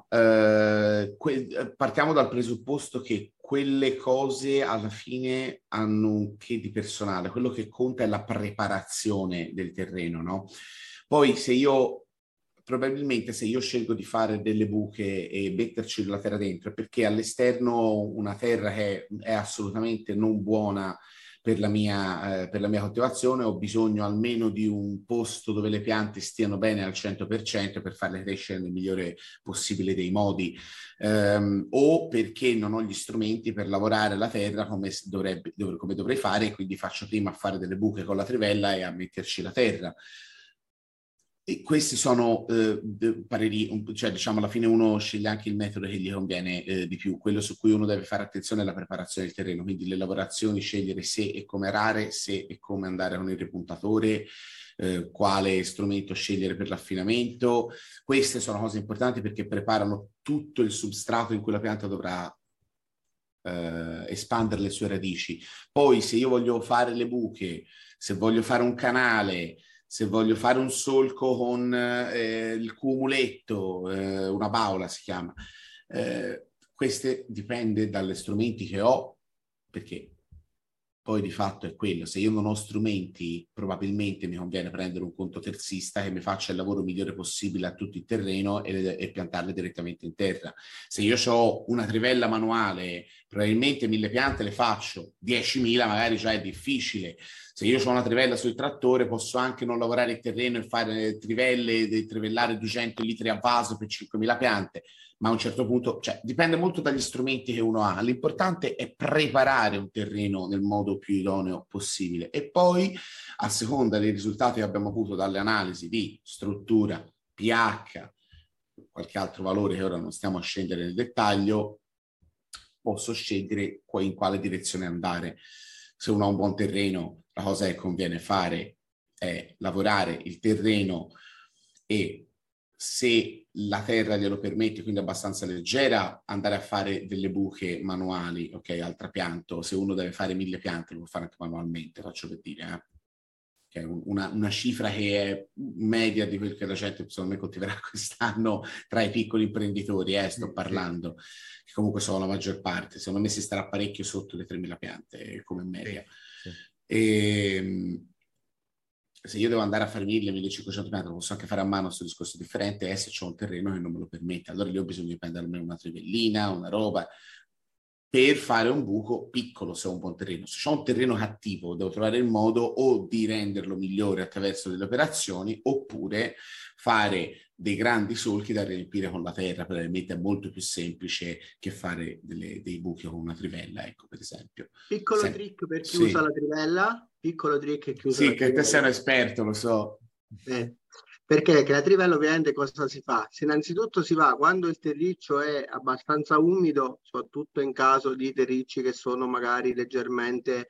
partiamo dal presupposto che quelle cose alla fine hanno un che di personale, quello che conta è la preparazione del terreno, no? Poi probabilmente se io scelgo di fare delle buche e metterci la terra dentro, è perché all'esterno una terra che è assolutamente non buona per la mia coltivazione, ho bisogno almeno di un posto dove le piante stiano bene al 100% per farle crescere nel migliore possibile dei modi, o perché non ho gli strumenti per lavorare la terra come dovrei fare, e quindi faccio prima a fare delle buche con la trivella e a metterci la terra. E questi sono pareri, cioè diciamo alla fine uno sceglie anche il metodo che gli conviene di più. Quello su cui uno deve fare attenzione è la preparazione del terreno, quindi le lavorazioni, scegliere se e come arare, se e come andare con il ripuntatore, quale strumento scegliere per l'affinamento. Queste sono cose importanti perché preparano tutto il substrato in cui la pianta dovrà espandere le sue radici. Poi se io voglio fare le buche, se voglio fare un canale, se voglio fare un solco con il cumuletto, una baula si chiama, queste dipende dalle strumenti che ho, perché poi di fatto è quello, se io non ho strumenti probabilmente mi conviene prendere un contoterzista che mi faccia il lavoro migliore possibile a tutto il terreno e piantarle direttamente in terra. Se io ho una trivella manuale, probabilmente 1000 piante le faccio, 10.000 magari già è difficile. Se io ho una trivella sul trattore posso anche non lavorare il terreno e fare trivellare 200 litri a vaso per 5.000 piante, ma a un certo punto, cioè, dipende molto dagli strumenti che uno ha. L'importante è preparare un terreno nel modo più idoneo possibile e poi, a seconda dei risultati che abbiamo avuto dalle analisi di struttura, pH, qualche altro valore che ora non stiamo a scendere nel dettaglio, posso scegliere in quale direzione andare. Se uno ha un buon terreno, la cosa che conviene fare è lavorare il terreno e, se la terra glielo permette, quindi abbastanza leggera, andare a fare delle buche manuali, ok, al trapianto. Se uno deve fare 1000 piante, lo può fare anche manualmente, faccio per dire, che è una cifra che è media di quel che la gente, secondo me, coltiverà quest'anno tra i piccoli imprenditori, sto parlando, che comunque sono la maggior parte. Secondo me si starà parecchio sotto le 3000 piante come media. E se io devo andare a fare 1000-1500 metri, lo posso anche fare a mano, questo discorso differente, se c'è un terreno che non me lo permette, allora lì ho bisogno di prendere almeno una trivellina, una roba, per fare un buco piccolo se ho un buon terreno. Se ho un terreno cattivo, devo trovare il modo o di renderlo migliore attraverso delle operazioni, oppure fare dei grandi solchi da riempire con la terra. Probabilmente è molto più semplice che fare dei buchi con una trivella, ecco, per esempio. Piccolo trick per chi usa la trivella, piccolo trick per chi usa la trivella. Sì, che te sei un esperto, lo so. Perché che la trivella ovviamente cosa si fa? Innanzitutto si va quando il terriccio è abbastanza umido, soprattutto in caso di terricci che sono magari leggermente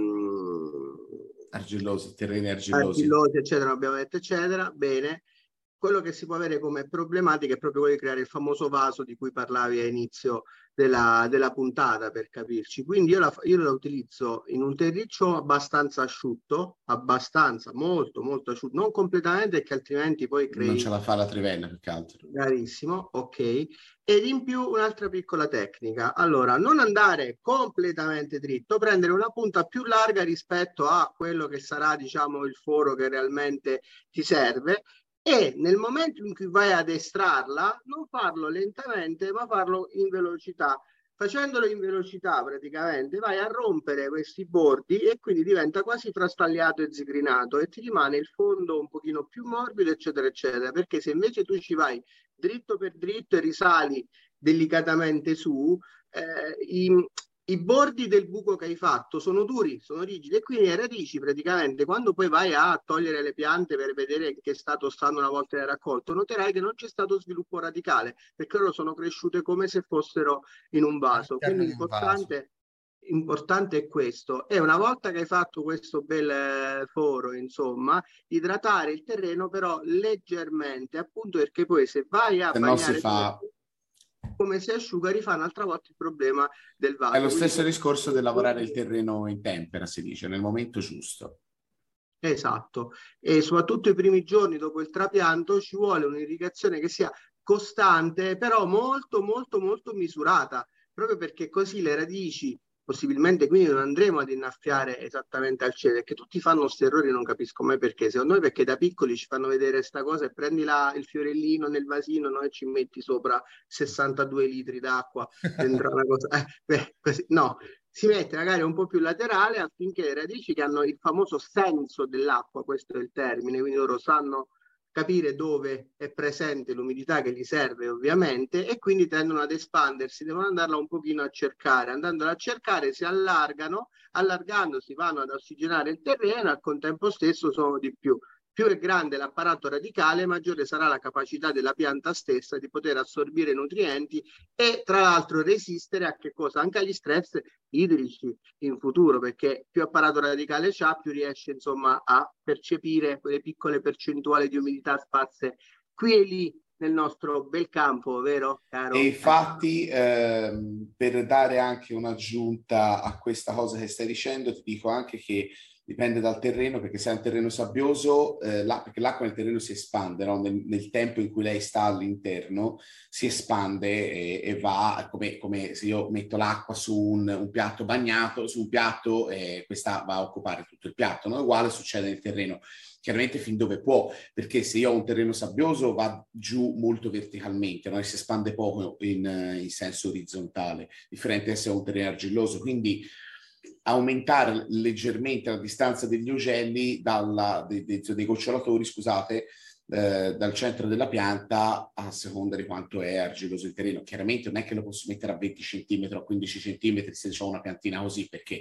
argillosi, terreni argillosi, eccetera, abbiamo detto eccetera, bene. quello che si può avere come problematica è proprio quello di creare il famoso vaso di cui parlavi all'inizio della puntata, per capirci. Quindi io la utilizzo in un terriccio abbastanza asciutto, abbastanza, molto, molto asciutto, non completamente, perché altrimenti poi Non crei... ce la fa la trivella, più che altro. Chiarissimo, ok. Ed in più un'altra piccola tecnica. Allora, non andare completamente dritto, prendere una punta più larga rispetto a quello che sarà, diciamo, il foro che realmente ti serve, e nel momento in cui vai ad estrarla, non farlo lentamente, ma farlo in velocità. Facendolo in velocità, praticamente, vai a rompere questi bordi e quindi diventa quasi frastagliato e zigrinato e ti rimane il fondo un pochino più morbido, eccetera, eccetera. Perché se invece tu ci vai dritto per dritto e risali delicatamente su, i bordi del buco che hai fatto sono duri, sono rigidi, e quindi le radici praticamente, quando poi vai a togliere le piante per vedere in che stato stanno una volta le hai raccolto, noterai che non c'è stato sviluppo radicale, perché loro sono cresciute come se fossero in un vaso. All'interno Quindi di un vaso. importante è questo. E una volta che hai fatto questo bel foro, insomma, idratare il terreno però leggermente, appunto perché poi se vai a Se no si bagnare fa... troppo, come si asciuga, rifà un'altra volta il problema del È lo vaso. Quindi stesso discorso del lavorare il terreno in tempera, si dice, nel momento giusto. esatto, e soprattutto i primi giorni dopo il trapianto ci vuole un'irrigazione che sia costante, però molto, molto, molto misurata, proprio perché così le radici, possibilmente quindi non andremo ad innaffiare esattamente al cielo, perché tutti fanno questi errori, non capisco mai perché, secondo me perché da piccoli ci fanno vedere sta cosa e prendi il fiorellino nel vasino, no, e ci metti sopra 62 litri d'acqua dentro una cosa, così, no, si mette magari un po' più laterale affinché le radici, che hanno il famoso senso dell'acqua, questo è il termine, quindi loro sanno capire dove è presente l'umidità che gli serve ovviamente, e quindi tendono ad espandersi, devono andarla un pochino a cercare, andandola a cercare si allargano, allargandosi vanno ad ossigenare il terreno, al contempo stesso sono di più. Più è grande l'apparato radicale, maggiore sarà la capacità della pianta stessa di poter assorbire nutrienti e tra l'altro resistere a che cosa? Anche agli stress idrici in futuro, perché più apparato radicale c'ha, più riesce insomma a percepire quelle piccole percentuali di umidità sparse qui e lì nel nostro bel campo, vero caro? E infatti, per dare anche un'aggiunta a questa cosa che stai dicendo, ti dico anche che dipende dal terreno, perché se è un terreno sabbioso, perché l'acqua nel terreno si espande, no? Nel tempo in cui lei sta all'interno, si espande e va come se io metto l'acqua su un piatto bagnato, su un piatto, questa va a occupare tutto il piatto, no? Uguale succede nel terreno. Chiaramente fin dove può, perché se io ho un terreno sabbioso va giù molto verticalmente, no? E si espande poco in senso orizzontale, differente se ho un terreno argilloso. Quindi aumentare leggermente la distanza degli ugelli dei gocciolatori, scusate, dal centro della pianta a seconda di quanto è argilloso il terreno. Chiaramente non è che lo posso mettere a 20 cm o 15 cm se ho una piantina così, perché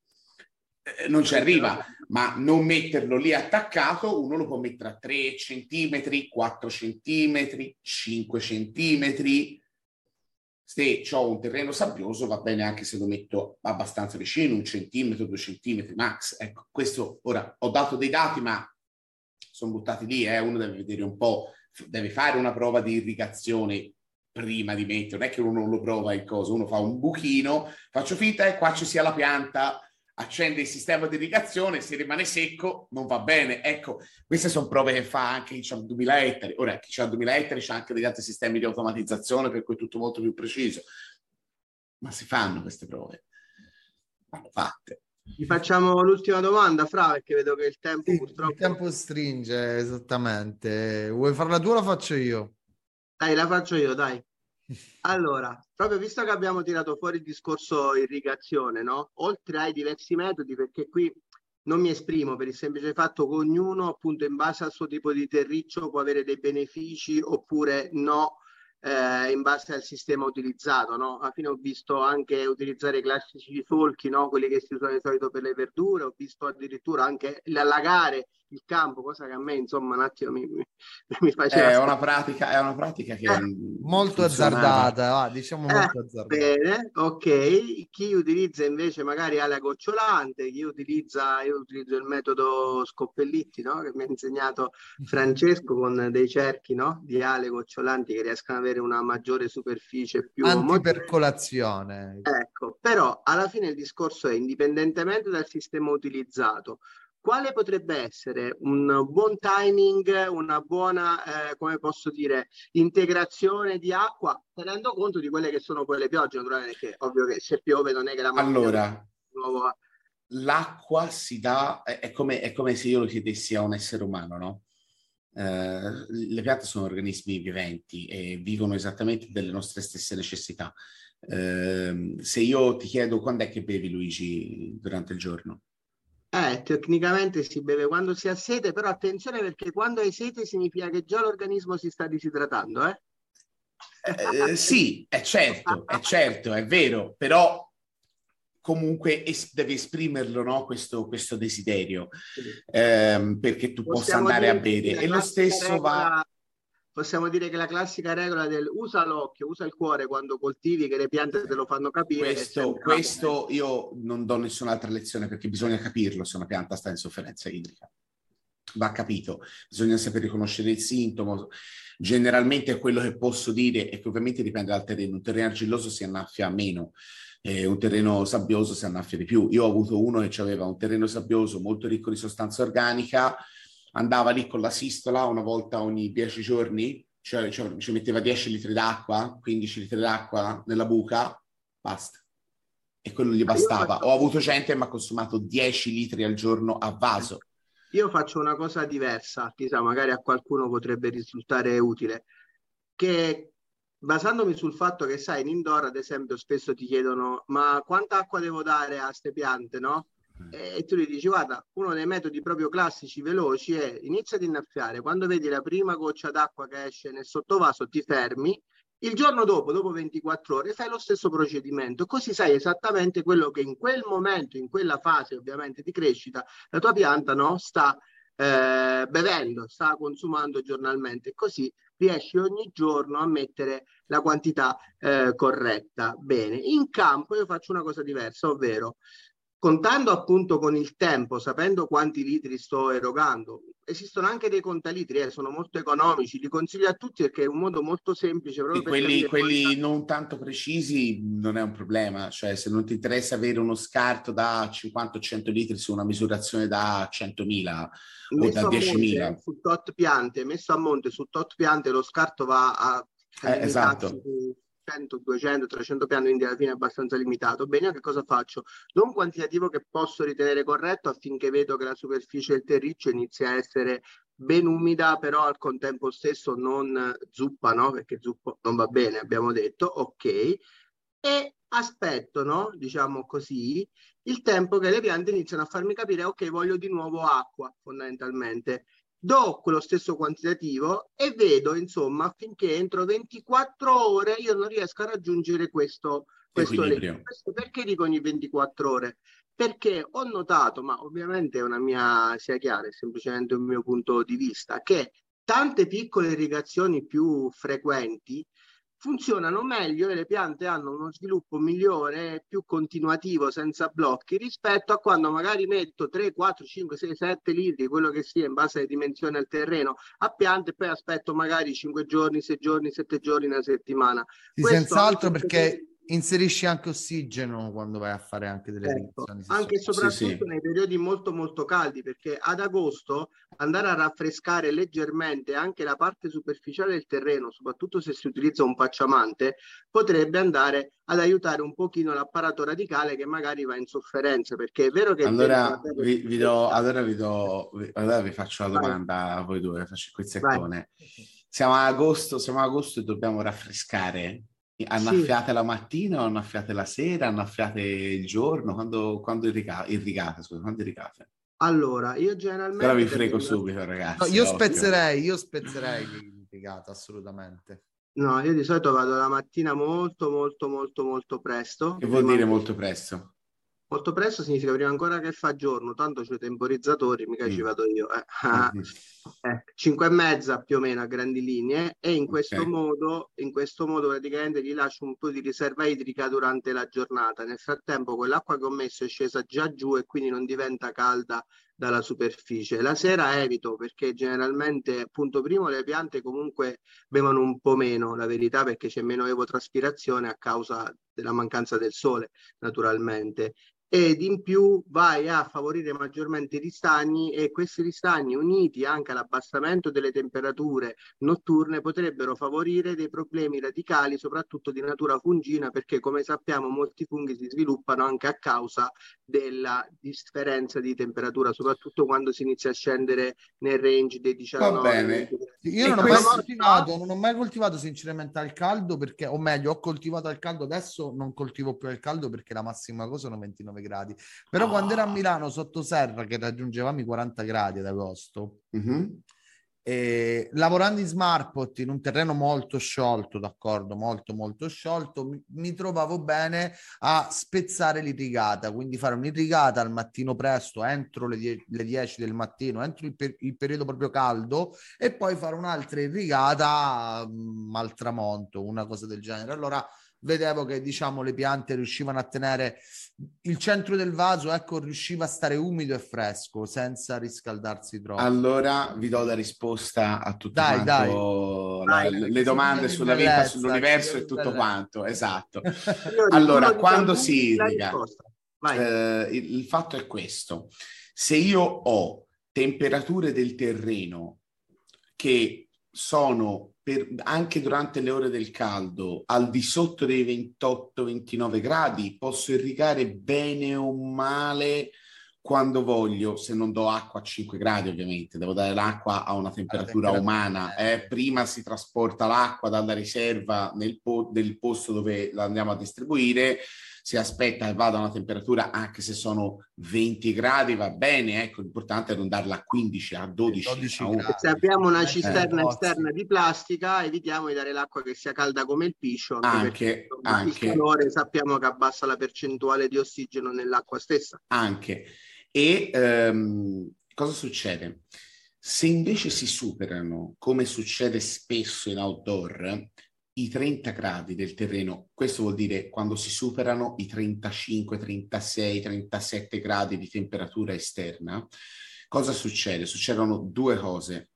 non ci arriva, ma non metterlo lì attaccato, uno lo può mettere a 3 centimetri, 4 centimetri, 5 centimetri. Se ho un terreno sabbioso va bene anche se lo metto abbastanza vicino, 1 centimetro, 2 centimetri max. Ecco, questo ora ho dato dei dati, ma sono buttati lì, uno deve vedere un po', deve fare una prova di irrigazione prima di mettere, non è che uno non lo prova il coso, uno fa un buchino, faccio finta e qua ci sia la pianta, accende il sistema di irrigazione, se rimane secco non va bene. Ecco, queste sono prove che fa anche chi ha 2000 ettari. Ora, chi ha 2000 ettari c'ha anche degli altri sistemi di automatizzazione, per cui è tutto molto più preciso. Ma si fanno queste prove. Vanno fatte. Gli facciamo l'ultima domanda, Fra, perché vedo che il tempo purtroppo... Il tempo stringe, esattamente. Vuoi farla tu o la faccio io? Dai, la faccio io, dai. Allora, proprio visto che abbiamo tirato fuori il discorso irrigazione, no? Oltre ai diversi metodi, perché qui non mi esprimo per il semplice fatto che ognuno, appunto, in base al suo tipo di terriccio può avere dei benefici oppure no, in base al sistema utilizzato, no? Alla fine ho visto anche utilizzare i classici solchi, no? Quelli che si usano di solito per le verdure, ho visto addirittura anche l'allagare il campo, cosa che a me insomma un attimo mi faceva... È una pratica che molto funzionava. azzardata, diciamo molto azzardata. Bene, ok. Chi utilizza invece magari ala gocciolante, io utilizzo il metodo Scoppellitti, no? Che mi ha insegnato Francesco, con dei cerchi, no? Di ale gocciolanti che riescano ad avere una maggiore superficie più omogenea. Antipercolazione. Ecco, però alla fine il discorso è, indipendentemente dal sistema utilizzato, quale potrebbe essere un buon timing, una buona, come posso dire, integrazione di acqua, tenendo conto di quelle che sono poi le piogge, naturalmente, che ovvio che se piove non è che la mattina... Allora, nuovo... l'acqua si dà, è come se io lo chiedessi a un essere umano, no? Le piante sono organismi viventi e vivono esattamente delle nostre stesse necessità. Se io ti chiedo quando è che bevi, Luigi, durante il giorno? Tecnicamente si beve quando si ha sete, però attenzione perché quando hai sete significa che già l'organismo si sta disidratando, eh? Sì, è certo, è vero, però comunque devi esprimerlo, no? Questo desiderio, perché tu possa andare a bere. E lo stesso va... Possiamo dire che la classica regola del usa l'occhio, usa il cuore quando coltivi, che le piante te lo fanno capire. Questo io non do nessun'altra lezione, perché bisogna capirlo se una pianta sta in sofferenza idrica. Va capito, bisogna saper riconoscere il sintomo. Generalmente quello che posso dire è che ovviamente dipende dal terreno. Un terreno argilloso si annaffia meno, un terreno sabbioso si annaffia di più. Io ho avuto uno che aveva un terreno sabbioso molto ricco di sostanza organica, andava lì con la sistola una volta ogni 10 giorni, cioè ci metteva 10 litri d'acqua, 15 litri d'acqua nella buca, basta. E quello gli bastava. Ho avuto gente che mi ha consumato 10 litri al giorno a vaso. Io faccio una cosa diversa, chissà, magari a qualcuno potrebbe risultare utile, che basandomi sul fatto che, sai, in indoor, ad esempio, spesso ti chiedono ma quanta acqua devo dare a queste piante, no? E tu gli dici, guarda, uno dei metodi proprio classici, veloci, è inizia ad innaffiare, quando vedi la prima goccia d'acqua che esce nel sottovaso ti fermi, il giorno dopo 24 ore, fai lo stesso procedimento, così sai esattamente quello che in quel momento, in quella fase ovviamente di crescita, la tua pianta, no, sta bevendo, sta consumando giornalmente, così riesci ogni giorno a mettere la quantità corretta. Bene, in campo io faccio una cosa diversa, ovvero contando appunto con il tempo, sapendo quanti litri sto erogando, esistono anche dei contalitri, sono molto economici, li consiglio a tutti perché è un modo molto semplice proprio per capire quelli non tanto precisi non è un problema, cioè se non ti interessa avere uno scarto da 50-100 litri su una misurazione da 100.000 o da 10.000. Su tot piante, messo a monte su tot piante lo scarto va a esatto. 100, 200, 300 piani, quindi alla fine è abbastanza limitato. Bene, io che cosa faccio? Do un quantitativo che posso ritenere corretto affinché vedo che la superficie del terriccio inizia a essere ben umida, però al contempo stesso non zuppa, no? Perché zuppo non va bene, abbiamo detto, ok. E aspetto, no? Diciamo così, il tempo che le piante iniziano a farmi capire, ok, voglio di nuovo acqua, fondamentalmente. Do quello stesso quantitativo e vedo, insomma, affinché entro 24 ore io non riesco a raggiungere questo equilibrio. Perché dico ogni 24 ore? Perché ho notato, ma ovviamente è una mia, sia chiaro, è semplicemente un mio punto di vista, che tante piccole irrigazioni più frequenti funzionano meglio e le piante hanno uno sviluppo migliore, più continuativo, senza blocchi, rispetto a quando magari metto 3, 4, 5, 6, 7 litri, quello che sia in base alle dimensioni del terreno, a piante e poi aspetto magari 5 giorni, 6 giorni, 7 giorni, una settimana. Sì, senz'altro perché inserisci anche ossigeno quando vai a fare anche delle irrigazioni. Anche e soprattutto nei periodi molto molto caldi, perché ad agosto andare a raffrescare leggermente anche la parte superficiale del terreno, soprattutto se si utilizza un pacciamante, potrebbe andare ad aiutare un pochino l'apparato radicale che magari va in sofferenza, perché è vero che allora vi faccio la domanda a voi due, faccio il quizzettone. Siamo a agosto e dobbiamo raffrescare. Annaffiate la mattina o annaffiate la sera? Annaffiate il giorno? Quando irrigate? Scusa, quando irrigate? Allora, io generalmente... Però vi frego subito, ragazzi. No, io spezzerei l'irrigata, assolutamente. No, io di solito vado la mattina molto, molto, molto, molto presto. Che vuol dire molto presto? Molto presto significa prima ancora che fa giorno, tanto c'ho i temporizzatori, mica ci Mm. vado io. Mhm. 5:30 più o meno a grandi linee, e Ok. in questo modo praticamente gli lascio un po' di riserva idrica durante la giornata. Nel frattempo quell'acqua che ho messo è scesa già giù e quindi non diventa calda dalla superficie. La sera evito perché generalmente, punto primo, le piante comunque bevono un po' meno, la verità, perché c'è meno evotraspirazione a causa della mancanza del sole, naturalmente. Ed in più vai a favorire maggiormente i ristagni, e questi ristagni uniti anche all'abbassamento delle temperature notturne potrebbero favorire dei problemi radicali, soprattutto di natura fungina, perché come sappiamo molti funghi si sviluppano anche a causa della differenza di temperatura, soprattutto quando si inizia a scendere nel range dei Va 19-20 bene. gradi. Io E non ho Ecco, io mai questo... morto. coltivato, non ho mai coltivato sinceramente al caldo perché, o meglio, ho coltivato al caldo, adesso non coltivo più al caldo perché la massima cosa sono 29 gradi. Però quando ero a Ah. Milano sotto serra, che raggiungevamo i 40 gradi ad agosto, Mhm. e lavorando in smart pot in un terreno molto sciolto, d'accordo, molto molto sciolto, mi trovavo bene a spezzare l'irrigata, quindi fare un'irrigata al mattino presto, entro le 10 del mattino, entro il periodo proprio caldo, e poi fare un'altra irrigata al tramonto, una cosa del genere. Allora vedevo che, diciamo, le piante riuscivano a tenere il centro del vaso, ecco, riusciva a stare umido e fresco senza riscaldarsi troppo. Allora vi do la risposta a tutto Dai, dai, quanto, Vai. le che si dia domande di sulla vita, bellezza, che si dia sull'universo e di tutto bellezza. quanto. Esatto. Signori, Allora, uno dita quando lui, si la irriga, risposta. Vai. il fatto è questo. Se io ho temperature del terreno che sono anche durante le ore del caldo al di sotto dei 28-29 gradi, posso irrigare bene o male quando voglio, se non do acqua a 5 gradi ovviamente, devo dare l'acqua a una Alla temperatura temperatura umana. ambiente. Prima si trasporta l'acqua dalla riserva del posto dove la andiamo a distribuire, si aspetta che vada a una temperatura, anche se sono 20 gradi va bene, ecco, l'importante è non darla a 15, a 12, 12 a 1. Se gradi, abbiamo una mettere nei cisterna pozzi. esterna di plastica, evitiamo di dare l'acqua che sia calda come il piscio, anche perché Anche, insomma, il anche, calore sappiamo che abbassa la percentuale di ossigeno nell'acqua stessa. anche. E cosa succede? Se invece si superano, come succede spesso in outdoor, i 30 gradi del terreno, questo vuol dire quando si superano i 35, 36, 37 gradi di temperatura esterna, cosa succede? Succedono due cose.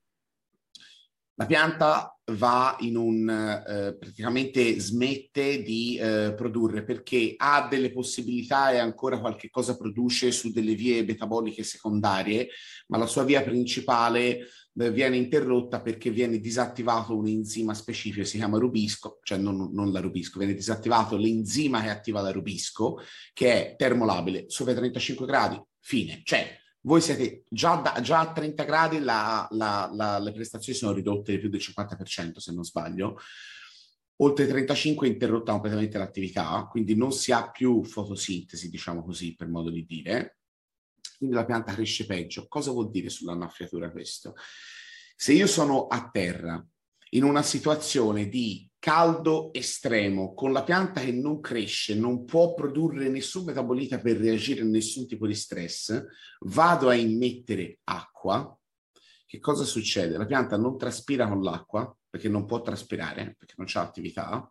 La pianta va in praticamente smette di produrre perché ha delle possibilità e ancora qualche cosa produce su delle vie metaboliche secondarie, ma la sua via principale viene interrotta perché viene disattivato un enzima specifico, si chiama rubisco, cioè non la rubisco, viene disattivato l'enzima che attiva la rubisco, che è termolabile, sopra i 35 gradi, fine. Cioè, voi siete già a 30 gradi, le prestazioni sono ridotte di più del 50%, se non sbaglio. Oltre 35 è interrotta completamente l'attività, quindi non si ha più fotosintesi, diciamo così, per modo di dire. Quindi la pianta cresce peggio. Cosa vuol dire sull'annaffiatura questo? Se io sono a terra in una situazione di caldo estremo, con la pianta che non cresce, non può produrre nessun metabolita per reagire a nessun tipo di stress, vado a immettere acqua, che cosa succede? La pianta non traspira con l'acqua, perché non può traspirare, perché non c'è attività.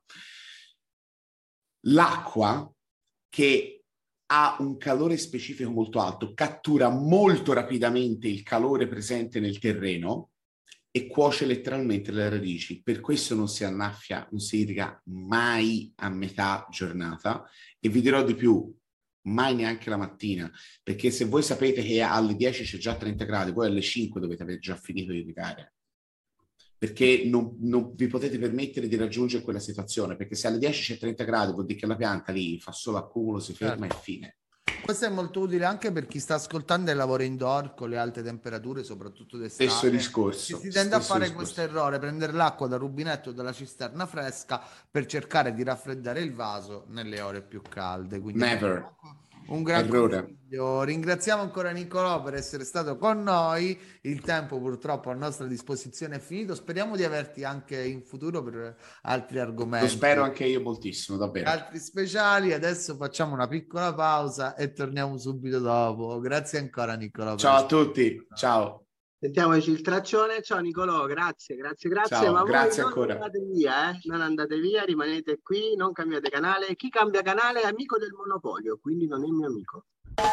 L'acqua, che ha un calore specifico molto alto, cattura molto rapidamente il calore presente nel terreno e cuoce letteralmente le radici. Per questo non si annaffia, non si irriga mai a metà giornata, e vi dirò di più, mai neanche la mattina, perché se voi sapete che alle 10 c'è già 30 gradi, voi alle 5 dovete aver già finito di irrigare, perché non vi potete permettere di raggiungere quella situazione, perché se alle 10 c'è 30 gradi vuol dire che la pianta lì fa solo accumulo, si ferma Certo. e fine. Questo è molto utile anche per chi sta ascoltando e lavora indoor con le alte temperature, soprattutto Stesso d'estate, che discorso, si tende a stesso fare questo discorso. errore, prendere l'acqua dal rubinetto o dalla cisterna fresca per cercare di raffreddare il vaso nelle ore più calde. Quindi Never. Un gran errore. consiglio. Ringraziamo ancora Nicolò per essere stato con noi. Il tempo purtroppo a nostra disposizione è finito. Speriamo di averti anche in futuro per altri argomenti. Lo spero anche io moltissimo, davvero. Altri speciali. Adesso facciamo una piccola pausa e torniamo subito dopo. Grazie ancora Nicolò. Ciao a tutti, ciao. Sentiamoci il traccione. Ciao Nicolò, grazie. Ciao, Ma grazie voi non ancora. andate via, non andate via, rimanete qui, non cambiate canale. Chi cambia canale è amico del monopolio, quindi non è mio amico.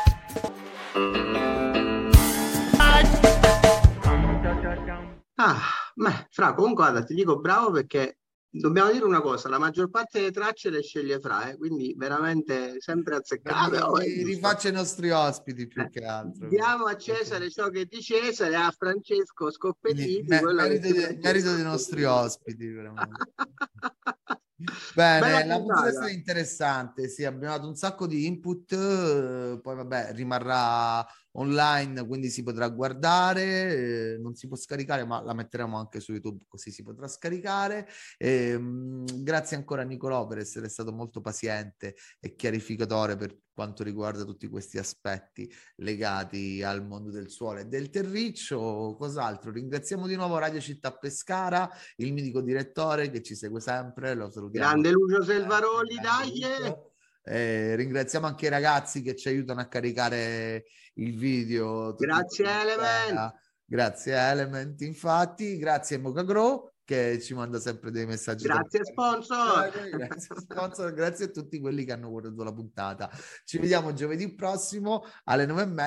Fra, comunque guarda, ti dico bravo perché dobbiamo dire una cosa, la maggior parte delle tracce le sceglie Fra, quindi veramente sempre azzeccato. Rifaccio i nostri ospiti più che altro. Diamo a Cesare ciò che è di Cesare, a Francesco Scoppettini. Merito dei nostri ospiti, veramente. Bene, la puntata è stata interessante, sì, abbiamo dato un sacco di input, poi vabbè rimarrà online, quindi si potrà guardare, non si può scaricare, ma la metteremo anche su YouTube così si potrà scaricare. Grazie ancora a Nicolò per essere stato molto paziente e chiarificatore per quanto riguarda tutti questi aspetti legati al mondo del suolo e del terriccio. Cos'altro? Ringraziamo di nuovo Radio Città Pescara, il mitico direttore che ci segue sempre, lo salutiamo. Grande Lucio Selvaroli, dai! Ringraziamo anche i ragazzi che ci aiutano a caricare il video. Grazie Element! Grazie Element, infatti, grazie Mocha Grow che ci manda sempre dei messaggi. Grazie sponsor! Grazie sponsor, grazie a tutti quelli che hanno guardato la puntata. Ci vediamo giovedì prossimo alle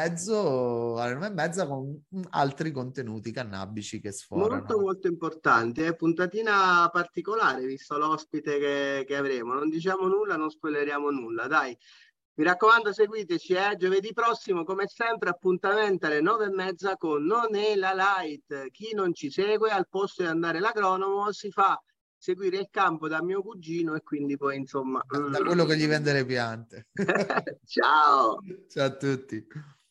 9:30 con altri contenuti cannabici che sforano. Molto importante, puntatina particolare visto l'ospite che avremo. Non diciamo nulla, non spoileriamo nulla, dai. Mi raccomando, seguiteci, giovedì prossimo, come sempre, appuntamento alle 9:30 con Non è la Light. Chi non ci segue, al posto di andare l'agronomo, si fa seguire il campo da mio cugino e quindi poi, insomma... Da quello che gli vende le piante. Ciao! Ciao a tutti.